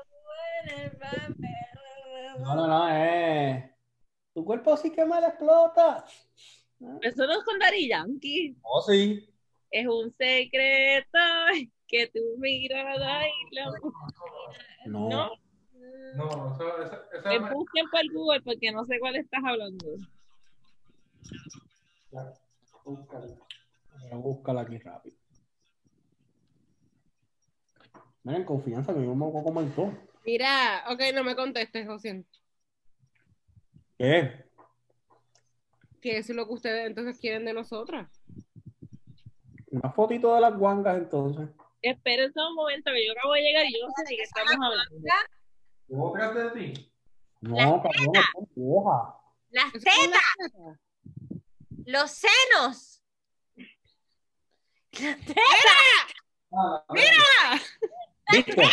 Speaker 3: No, tu cuerpo sí que mal explota.
Speaker 5: Eso no es con Dari Yankee.
Speaker 3: Oh, sí.
Speaker 5: Es un secreto que tú miras ahí.
Speaker 3: No.
Speaker 4: No, eso
Speaker 5: Me busquen por Google porque no sé cuál estás hablando.
Speaker 3: Búscala aquí rápido. Miren, confianza que yo me voy a comer todo.
Speaker 2: Mira, ok, no me contestes, José.
Speaker 3: ¿Qué?
Speaker 2: ¿Qué es lo que ustedes entonces quieren de nosotras?
Speaker 3: Una fotito de las guangas entonces.
Speaker 5: Espérense un momento que yo acabo de llegar y yo no sé de qué estamos hablando.
Speaker 4: ¿Cómo crees de ti?
Speaker 3: No, cabrón, no vieja.
Speaker 1: Las
Speaker 2: ¿Eso son las
Speaker 1: tetas,
Speaker 2: tetas?
Speaker 1: los senos. Las tetas.
Speaker 3: ¿Viste?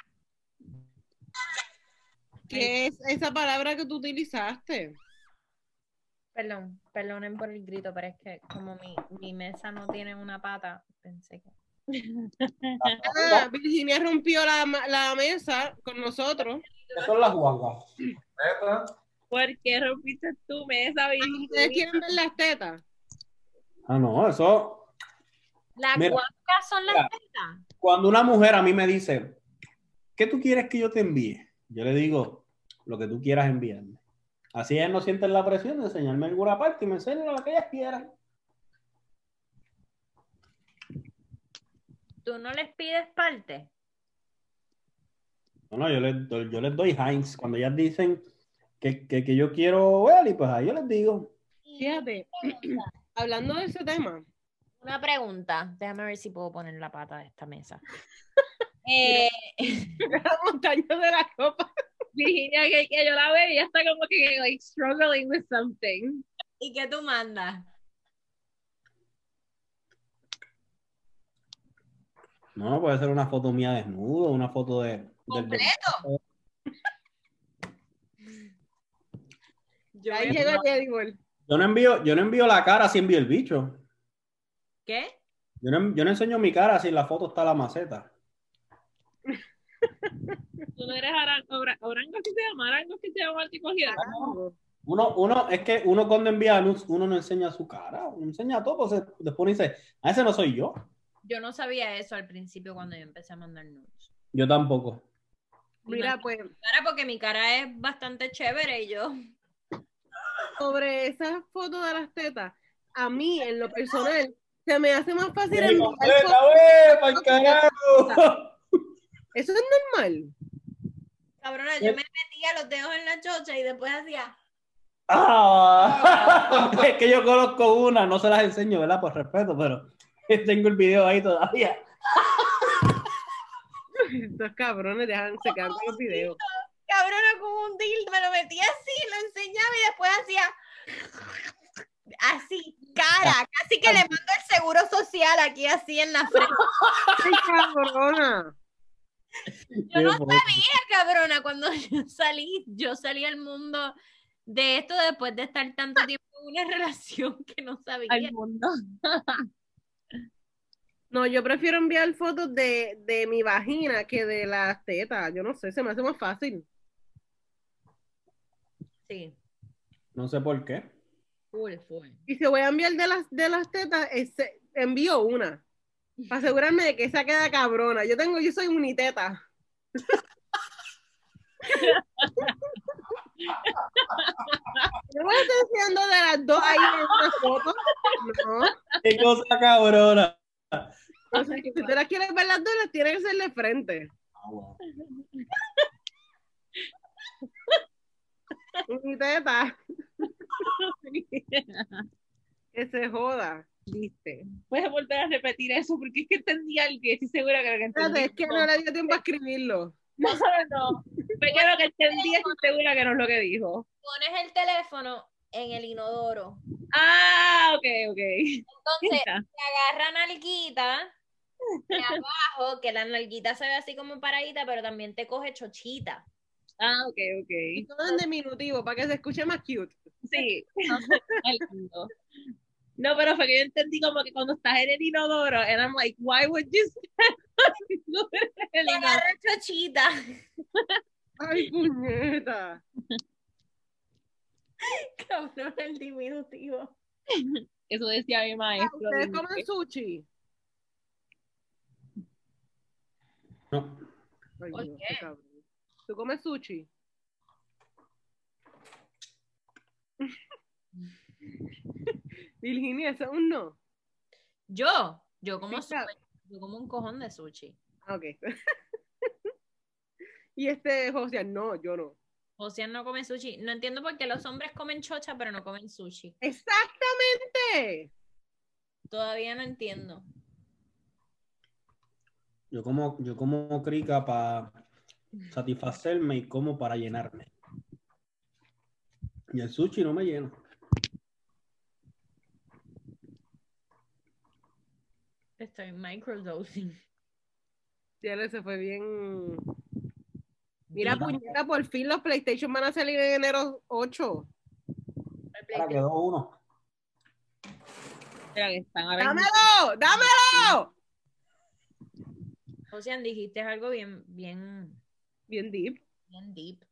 Speaker 2: ¿Qué es esa palabra que tú utilizaste?
Speaker 1: Perdón, perdonen por el grito, pero es que como mi mesa no tiene una pata, pensé que...
Speaker 2: Ah, Virginia rompió la mesa con nosotros.
Speaker 3: ¿Qué son las guangas?
Speaker 4: Neta.
Speaker 5: ¿Por qué rompiste tu mesa,
Speaker 2: ¿Ustedes quieren ver las tetas?
Speaker 3: Ah, no, eso...
Speaker 1: Las
Speaker 3: Mira,
Speaker 1: guancas son las
Speaker 3: mira.
Speaker 1: tetas.
Speaker 3: Cuando una mujer a mí me dice, ¿qué tú quieres que yo te envíe? Yo le digo, lo que tú quieras enviarme. Así ellas no sienten la presión de enseñarme alguna parte y me enseñan lo que ellas quieran.
Speaker 1: ¿Tú no les pides parte?
Speaker 3: No, yo les doy Heinz. Cuando ellas dicen que yo quiero ver, y pues ahí yo les digo.
Speaker 2: Fíjate, hablando de ese tema,
Speaker 1: Una pregunta. Déjame ver si puedo poner la pata de esta mesa.
Speaker 2: La montaña de la copa.
Speaker 5: Virginia, que yo la veo y ella está como que like struggling with something.
Speaker 1: ¿Y qué tú mandas?
Speaker 3: No, puede ser una foto mía desnudo, una foto del
Speaker 1: ¿Completo? Yo
Speaker 2: Ahí
Speaker 1: voy a-
Speaker 2: llega el editor.
Speaker 3: Yo no envío la cara, si envío el bicho.
Speaker 1: ¿Qué?
Speaker 3: Yo no enseño mi cara si en la foto está la maceta.
Speaker 5: Tú no eres Arango, que se llama Arango, que se llama el tipo Giero.
Speaker 3: Es que uno cuando envía luz, uno no enseña su cara, uno enseña todo, pues, después dice, a ese no soy yo.
Speaker 1: Yo no sabía eso al principio cuando yo empecé a mandar nudes.
Speaker 3: Yo tampoco.
Speaker 2: Mira, pues,
Speaker 1: Cara, porque mi cara es bastante chévere y yo.
Speaker 2: sobre esas fotos de las tetas, a mí, en lo personal, se me hace más fácil
Speaker 3: ¡Ey,
Speaker 2: enviar
Speaker 3: completa,
Speaker 2: fotos.
Speaker 3: wey, pa'l carajo!
Speaker 2: Eso es normal.
Speaker 1: Cabrona, yo me metía los dedos en la chocha y después hacía.
Speaker 3: Ah, es que yo conozco una, no se las enseño, ¿verdad? Por respeto, pero tengo el video ahí todavía.
Speaker 2: Estos cabrones se quedan con los videos.
Speaker 1: Cabrona, como un dildo, me lo metía así, lo enseñaba y después hacía. Así, cara, casi que le mando el seguro social aquí así en la frente.
Speaker 2: ¡Ay, cabrona!
Speaker 1: Yo no sabía, cabrona, cuando yo salí al mundo de esto después de estar tanto tiempo en una relación que no sabía.
Speaker 5: Al mundo.
Speaker 2: No, yo prefiero enviar fotos de mi vagina que de las tetas. Yo no sé, se me hace más fácil.
Speaker 1: Sí,
Speaker 3: No sé por qué.
Speaker 1: full.
Speaker 2: Y si voy a enviar de las tetas, envío una. Para asegurarme de que esa queda cabrona. Yo soy uniteta. ¿No me estoy diciendo de las dos ahí en una foto? No.
Speaker 3: ¡Qué cosa cabrona!
Speaker 2: O sea, si te las quieres ver las dos, las tienes que hacer de frente.
Speaker 3: Ah, bueno.
Speaker 2: Uniteta. Que se joda.
Speaker 5: ¿Viste? Puedes volver a repetir eso porque es que entendí algo y estoy segura que lo que entendí.
Speaker 2: Espérate, es que no le dio tiempo a escribirlo.
Speaker 5: No. Fue que lo que entendí estoy segura que no es lo que dijo.
Speaker 1: Pones el teléfono en el inodoro.
Speaker 5: Ah, ok.
Speaker 1: Entonces, te agarra nalguita de abajo, que la nalguita se ve así como paradita, pero también te coge chochita.
Speaker 5: Ah, ok.
Speaker 2: Y todo en diminutivo, para que se escuche más cute.
Speaker 5: Sí. No, pero fue que yo entendí como que cuando estás en el inodoro, and I'm like, why would you
Speaker 1: Te agarra chochita.
Speaker 2: Ay, puñeta.
Speaker 1: Cabrón, el diminutivo.
Speaker 5: Eso decía mi maestro.
Speaker 2: ¿Ustedes comen sushi?
Speaker 3: No.
Speaker 2: Ay,
Speaker 1: ¿Por
Speaker 2: Dios,
Speaker 1: qué?
Speaker 2: cabrón. ¿Tú comes sushi? Virginia, eso es un no.
Speaker 1: Yo como
Speaker 2: Sí, claro.
Speaker 1: yo como un cojón de sushi.
Speaker 2: Ah, ok. Y José, no, yo no.
Speaker 1: José no come sushi. No entiendo por qué los hombres comen chocha, pero no comen sushi.
Speaker 2: Exactamente.
Speaker 1: Todavía no entiendo.
Speaker 3: Yo como crica para satisfacerme y como para llenarme. Y el sushi no me llena.
Speaker 1: Estoy microdosing.
Speaker 2: Ya se fue bien. Mira, puñeta, por fin los PlayStation van a salir en enero 8.
Speaker 3: Ahora quedó uno.
Speaker 5: Espera, que están ahora mismo.
Speaker 2: ¡Dámelo! ¡Dámelo!
Speaker 1: José, dijiste algo bien
Speaker 2: Bien deep.
Speaker 1: deep.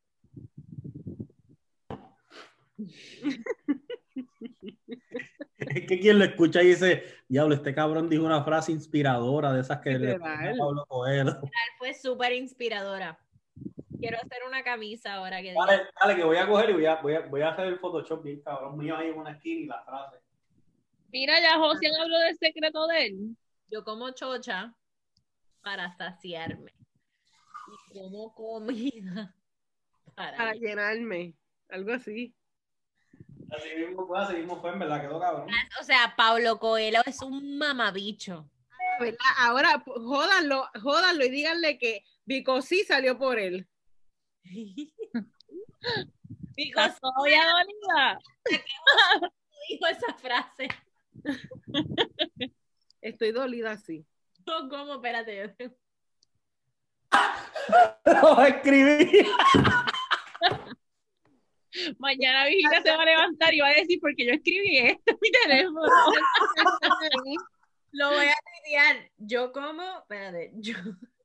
Speaker 3: Es que quien lo escucha y dice, diablo, este cabrón dijo una frase inspiradora de esas que le
Speaker 2: Literal.
Speaker 3: pone a Pablo Coelho.
Speaker 1: Fue súper inspiradora. Quiero hacer una camisa ahora que
Speaker 3: Dale,
Speaker 1: diga.
Speaker 3: dale, que voy a coger y voy a hacer el Photoshop bien cabrón mío ahí en una esquina y la frase.
Speaker 5: Mira, ya José habló del secreto de él.
Speaker 1: Yo como chocha para saciarme. Y como comida
Speaker 2: Para llenarme. Algo así.
Speaker 3: Así mismo fue, en verdad, quedó cabrón.
Speaker 1: O sea, Pablo Coelho es un mamabicho.
Speaker 2: ¿Verdad? Ahora, jódanlo y díganle que Vicosí salió por él.
Speaker 5: ¿Estás todavía dolida?
Speaker 1: Dijo esa frase.
Speaker 2: Estoy dolida así.
Speaker 1: No, ¿cómo? Espérate, yo tengo...
Speaker 3: Lo escribí.
Speaker 5: Mañana Virginia se va a levantar y va a decir, porque yo escribí esto en mi teléfono.
Speaker 1: Lo voy a tuitear. Yo como... Espérate, yo...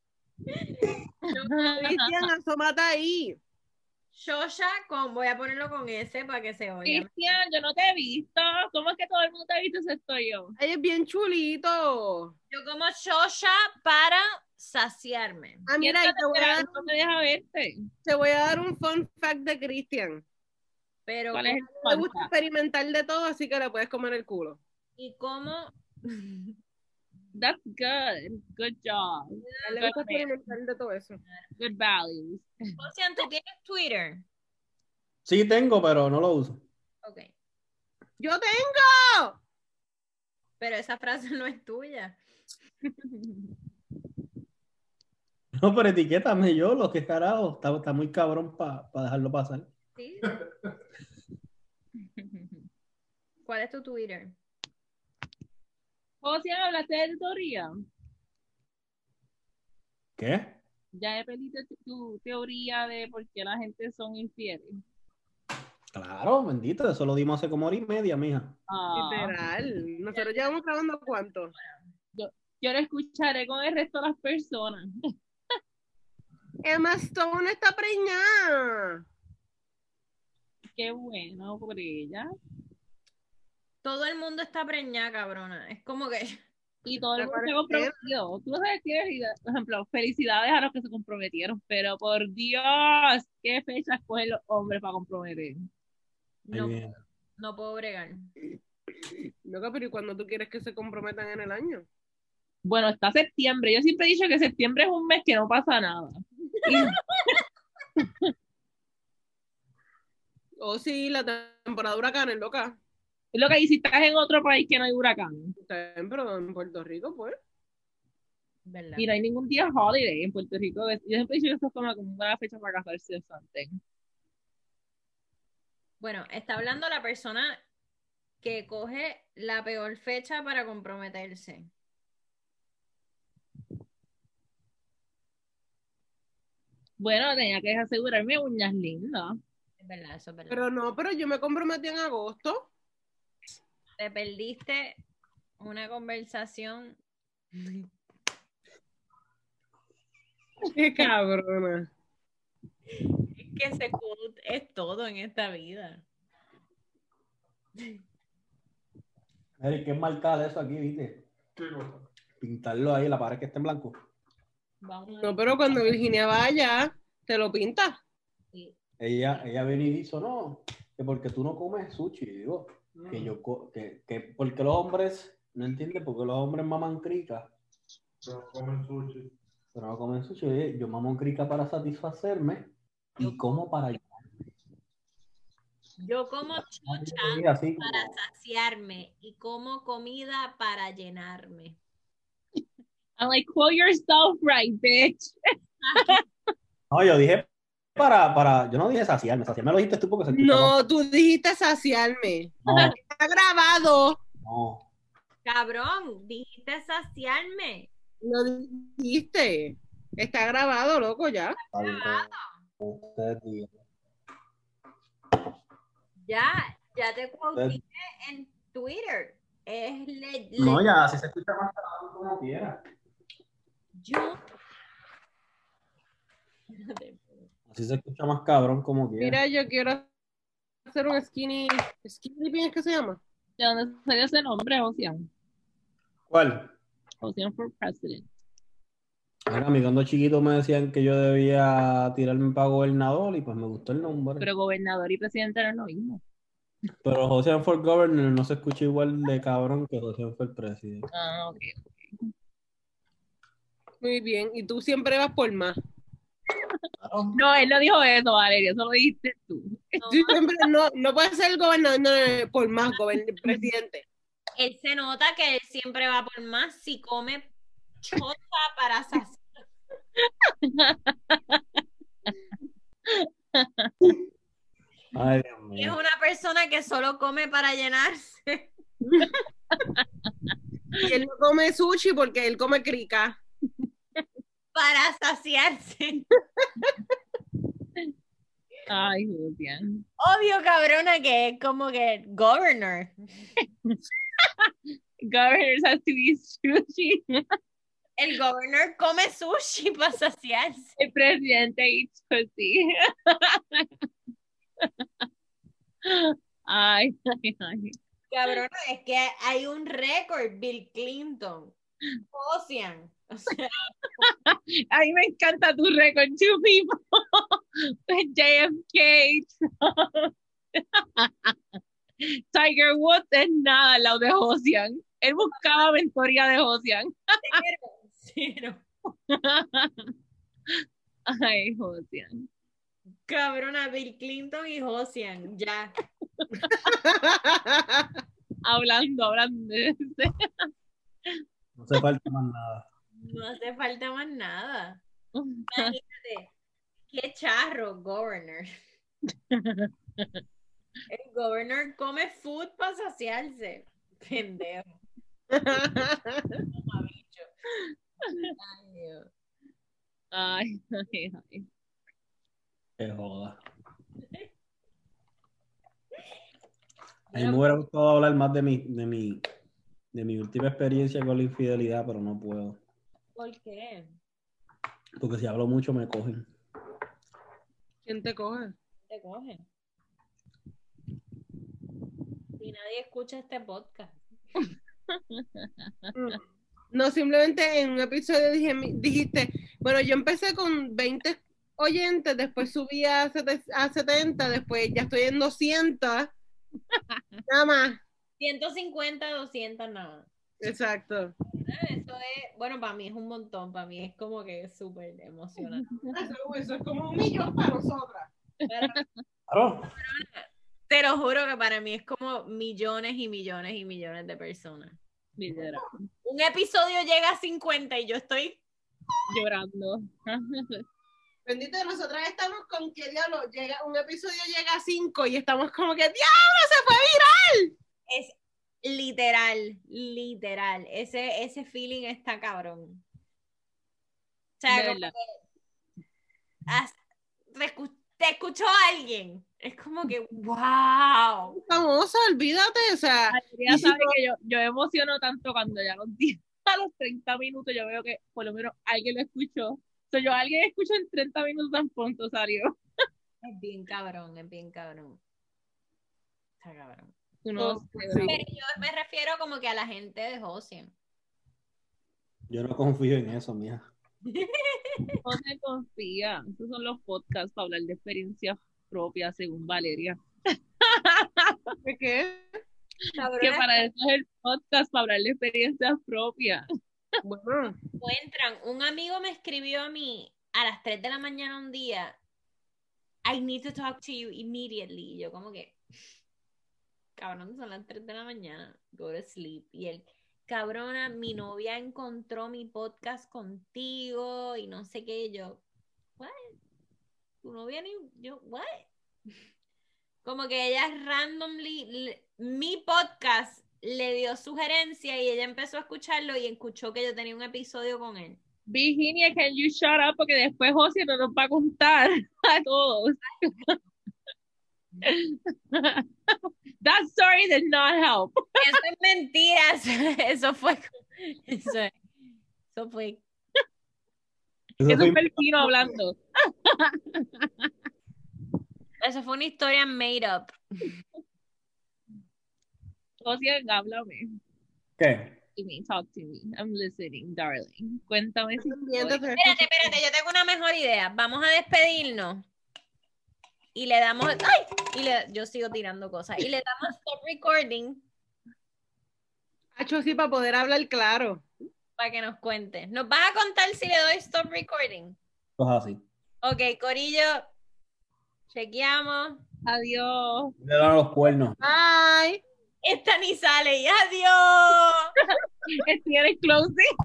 Speaker 2: Cristian, asómate ahí.
Speaker 1: Shosha con... Voy a ponerlo con S para que se oiga.
Speaker 5: Cristian, yo no te he visto. ¿Cómo es que todo el mundo te ha visto si estoy yo?
Speaker 2: Ay, es bien chulito.
Speaker 1: Yo como Shosha para saciarme.
Speaker 2: Ah, mira, y
Speaker 5: No me deja verte.
Speaker 2: te voy a dar un fun fact de Cristian.
Speaker 1: Pero
Speaker 5: ¿Cuál es el
Speaker 2: Le
Speaker 5: fun
Speaker 2: gusta
Speaker 5: fact?
Speaker 2: experimentar de todo, así que le puedes comer el culo.
Speaker 1: ¿y cómo?
Speaker 5: That's good. Good job.
Speaker 2: A él le gusta experimentar de todo eso.
Speaker 5: Good values.
Speaker 1: Ocean, ¿tú tienes Twitter?
Speaker 3: Sí tengo, pero no lo uso.
Speaker 1: Ok.
Speaker 2: ¡Yo tengo!
Speaker 1: Pero esa frase no es tuya.
Speaker 3: No, pero etiquétame yo, lo que carajo. Está muy cabrón para dejarlo pasar.
Speaker 1: ¿Sí? ¿Cuál es tu Twitter?
Speaker 5: José, ¿hablaste de tu teoría?
Speaker 3: ¿Qué?
Speaker 5: ¿Ya pediste tu teoría de por qué la gente son infieles?
Speaker 3: Claro, bendito, eso lo dimos hace como hora y media, mija.
Speaker 2: Literal. Nosotros llevamos grabando ¿cuánto?
Speaker 5: Yo lo escucharé con el resto de las personas.
Speaker 2: Emma Stone está preñada.
Speaker 5: Qué bueno por ella.
Speaker 1: Todo el mundo está preñada, cabrona. Es como que...
Speaker 5: Y todo el mundo se comprometió. Tú sabes que, por ejemplo, felicidades a los que se comprometieron, pero por Dios, ¿qué fecha escogen los hombres para comprometer?
Speaker 1: No, no puedo bregar.
Speaker 2: Loca, pero ¿y cuándo tú quieres que se comprometan en el año?
Speaker 5: Bueno, está septiembre. Yo siempre he dicho que septiembre es un mes que no pasa nada.
Speaker 2: Oh, sí, la temporada de huracanes, loca.
Speaker 5: Es lo que dice, si estás en otro país que no hay huracán.
Speaker 2: Pero en Puerto Rico, pues.
Speaker 1: ¿Verdad?
Speaker 5: Y no hay ningún día holiday en Puerto Rico. Yo siempre he dicho que eso es como una buena fecha para casarse o something.
Speaker 1: Bueno, está hablando la persona que coge la peor fecha para comprometerse.
Speaker 5: Bueno, tenía que asegurarme uñas lindas.
Speaker 1: Es verdad, eso es verdad.
Speaker 2: Pero yo me comprometí en agosto.
Speaker 1: Te perdiste una conversación.
Speaker 2: Qué cabrona.
Speaker 1: Es que ese quote es todo en esta vida.
Speaker 3: Eric, ¿qué es marcar eso aquí, viste? Pintarlo ahí, la pared que esté en blanco.
Speaker 1: Vamos a
Speaker 2: No, pero cuando Virginia vaya, te lo pinta.
Speaker 1: ver.
Speaker 3: Ella viene y dice, no, que porque tú no comes sushi. Y digo, que porque los hombres, no entienden por qué los hombres maman crica.
Speaker 4: Pero comen sushi.
Speaker 3: Pero no comen sushi. Oye, yo mamo crica para satisfacerme y como para
Speaker 1: Yo como chocha
Speaker 3: así como...
Speaker 1: para saciarme y como comida para llenarme.
Speaker 5: I'm like, call yourself right, bitch.
Speaker 3: No, yo dije yo no dije saciarme lo dijiste tú porque se escucha
Speaker 2: No, tú dijiste saciarme.
Speaker 3: más.
Speaker 2: Está grabado.
Speaker 3: No,
Speaker 1: Cabrón, dijiste saciarme.
Speaker 2: Lo dijiste. Está grabado, loco, ya.
Speaker 3: ustedes digan.
Speaker 1: Ya te quoteé en Twitter.
Speaker 3: No, ya, así se escucha más cabrón como quiera.
Speaker 1: Yo.
Speaker 3: Así se escucha más cabrón como quiera.
Speaker 2: Mira, yo quiero hacer un skinny dipping, ¿es que se llama?
Speaker 5: ¿De dónde salió ese nombre, Ocean?
Speaker 3: ¿Cuál?
Speaker 5: Ocean for President.
Speaker 3: Mira, a mí cuando chiquito me decían que yo debía tirarme para gobernador y pues me gustó el nombre.
Speaker 5: Pero gobernador y presidente no es lo mismo.
Speaker 3: Pero José for Governor no se escucha igual de cabrón que José for President.
Speaker 5: Ah, ok.
Speaker 2: Muy bien. Y tú siempre vas por más.
Speaker 5: No, él no dijo eso, Valeria, eso lo dijiste tú.
Speaker 2: Tú siempre no puede ser el gobernador, no, por más presidente.
Speaker 1: Él se nota que él siempre va por más si come chota para saciar.
Speaker 3: Ay, Dios
Speaker 1: Y es
Speaker 3: mío.
Speaker 1: una persona que solo come para llenarse.
Speaker 2: Y él no come sushi porque él come crica.
Speaker 1: Para saciarse.
Speaker 5: Ay, Julián.
Speaker 1: Obvio, cabrona, que es como que governor.
Speaker 5: Governors have to eat sushi.
Speaker 1: El governor come sushi para saciarse.
Speaker 5: El presidente eats pussy. Ay, ay, ay.
Speaker 1: Cabrona, es que hay un récord, Bill Clinton, Ocean. O sea,
Speaker 5: A mí me encanta tu récord, two people. JFK. Tiger Woods es nada al lado de Ocean. Él buscaba mentoría de Ocean.
Speaker 1: cero.
Speaker 5: Ay, Ocean.
Speaker 1: Cabrona, Bill Clinton y Ocean, ya.
Speaker 5: Hablando.
Speaker 3: No hace falta más nada.
Speaker 1: No hace falta más nada. Imagínate, qué charro, governor. El governor come food para saciarse. Pendejo. Mamabicho. Ay, Dios.
Speaker 5: Ay, ay, ay.
Speaker 3: Qué joda. A mí me hubiera gustado hablar más de mi última experiencia con la infidelidad, pero no puedo.
Speaker 1: ¿Por qué?
Speaker 3: Porque si hablo mucho me cogen.
Speaker 2: ¿Quién te coge?
Speaker 1: Te cogen. Si nadie escucha este podcast.
Speaker 2: No, simplemente en un episodio dijiste, bueno, yo empecé con 20 oyentes, después subí a 70, después ya estoy en 200, nada más.
Speaker 1: 150, 200, nada.
Speaker 2: Exacto.
Speaker 1: Eso es, bueno, para mí es un montón, para mí es como que es súper emocionante.
Speaker 2: Eso es como 1 millón para nosotras.
Speaker 1: Pero
Speaker 3: Claro.
Speaker 1: te lo juro que para mí es como millones y millones y millones de personas.
Speaker 5: Literal.
Speaker 1: Un episodio llega a 50 y yo estoy
Speaker 5: Llorando.
Speaker 2: Bendito, nosotras estamos con que diablo, un episodio llega a 5 y estamos como que diablo, se fue viral.
Speaker 1: es literal. Ese feeling está cabrón. O sea,
Speaker 5: De
Speaker 1: como
Speaker 5: verdad.
Speaker 1: que te escuchó alguien. Es como que, wow.
Speaker 2: Famosa, olvídate, o sea,
Speaker 5: Ya
Speaker 2: y si
Speaker 5: sabe
Speaker 2: no-
Speaker 5: que yo emociono tanto cuando ya a los 30 minutos yo veo que por lo menos alguien lo escuchó. So, alguien escuchó en 30 minutos tan pronto salió.
Speaker 1: Es bien cabrón, es bien cabrón. Está cabrón.
Speaker 5: Uno
Speaker 2: Sí.
Speaker 1: Pero yo me refiero como que a la gente de Josian.
Speaker 3: Yo no confío en eso, mija.
Speaker 5: no se confía. Esos son los podcasts para hablar de experiencias propias, según Valeria.
Speaker 2: ¿De qué?
Speaker 5: Que para eso es el podcast, para hablar de experiencias propias.
Speaker 2: Bueno,
Speaker 1: Encuentran, un amigo me escribió a mí a las 3 de la mañana un día, I need to talk to you immediately. Y yo como que, cabrón, son las 3 de la mañana, go to sleep. Y él, cabrona, mi novia encontró mi podcast contigo y no sé qué. Y yo, what? ¿Tu novia ni? Yo, what? Como que ella randomly, mi podcast le dio sugerencia y ella empezó a escucharlo y escuchó que yo tenía un episodio con él.
Speaker 5: Virginia, can you shut up? Porque después José no nos va a contar a todos. That story did not help.
Speaker 1: Eso es mentira. Eso fue. Eso fue.
Speaker 5: Eso fue el Pino hablando.
Speaker 1: Eso fue una historia made up.
Speaker 5: José, háblame.
Speaker 3: ¿Qué?
Speaker 5: Talk to me. I'm listening, darling. Cuéntame si
Speaker 1: Espérate, yo tengo una mejor idea. Vamos a despedirnos. Y le damos. ¡Ay! Yo sigo tirando cosas. Y le damos stop recording
Speaker 2: Hacho, sí, para poder hablar claro.
Speaker 1: para que nos cuente. ¿Nos vas a contar si le doy stop recording?
Speaker 3: Pues así.
Speaker 1: Ok, Corillo. Chequeamos.
Speaker 5: Adiós.
Speaker 3: Le dan los cuernos.
Speaker 2: Bye.
Speaker 1: Esta ni sale y adiós.
Speaker 5: Tiene closing.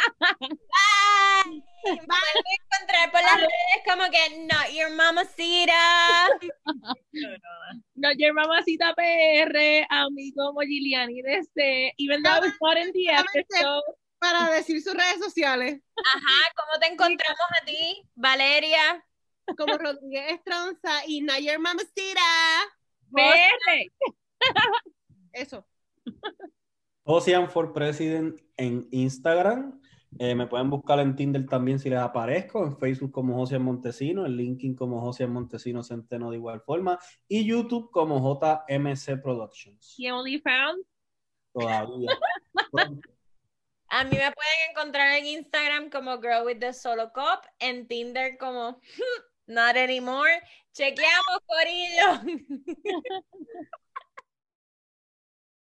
Speaker 1: Bye. Me pueden encontrar por las redes como que Not Your Mamacita.
Speaker 5: Not Your Mamacita PR, a mí como Giuliani DC, even though I was not in the episode.
Speaker 2: Para decir sus redes sociales.
Speaker 1: Ajá, ¿cómo te encontramos a ti, Valeria?
Speaker 2: Como Rodríguez Estronza y Not Your Mamacita.
Speaker 5: PR.
Speaker 2: Eso.
Speaker 3: Ocean for President en Instagram. Me pueden buscar en Tinder también si les aparezco. En Facebook como José Montesino. En LinkedIn como José Montesino Centeno de igual forma. Y YouTube como JMC Productions.
Speaker 5: ¿Y OnlyFans?
Speaker 3: Todavía.
Speaker 1: A mí me pueden encontrar en Instagram como Girl with the Solo Cup, en Tinder como Not Anymore. Chequeamos, corillo.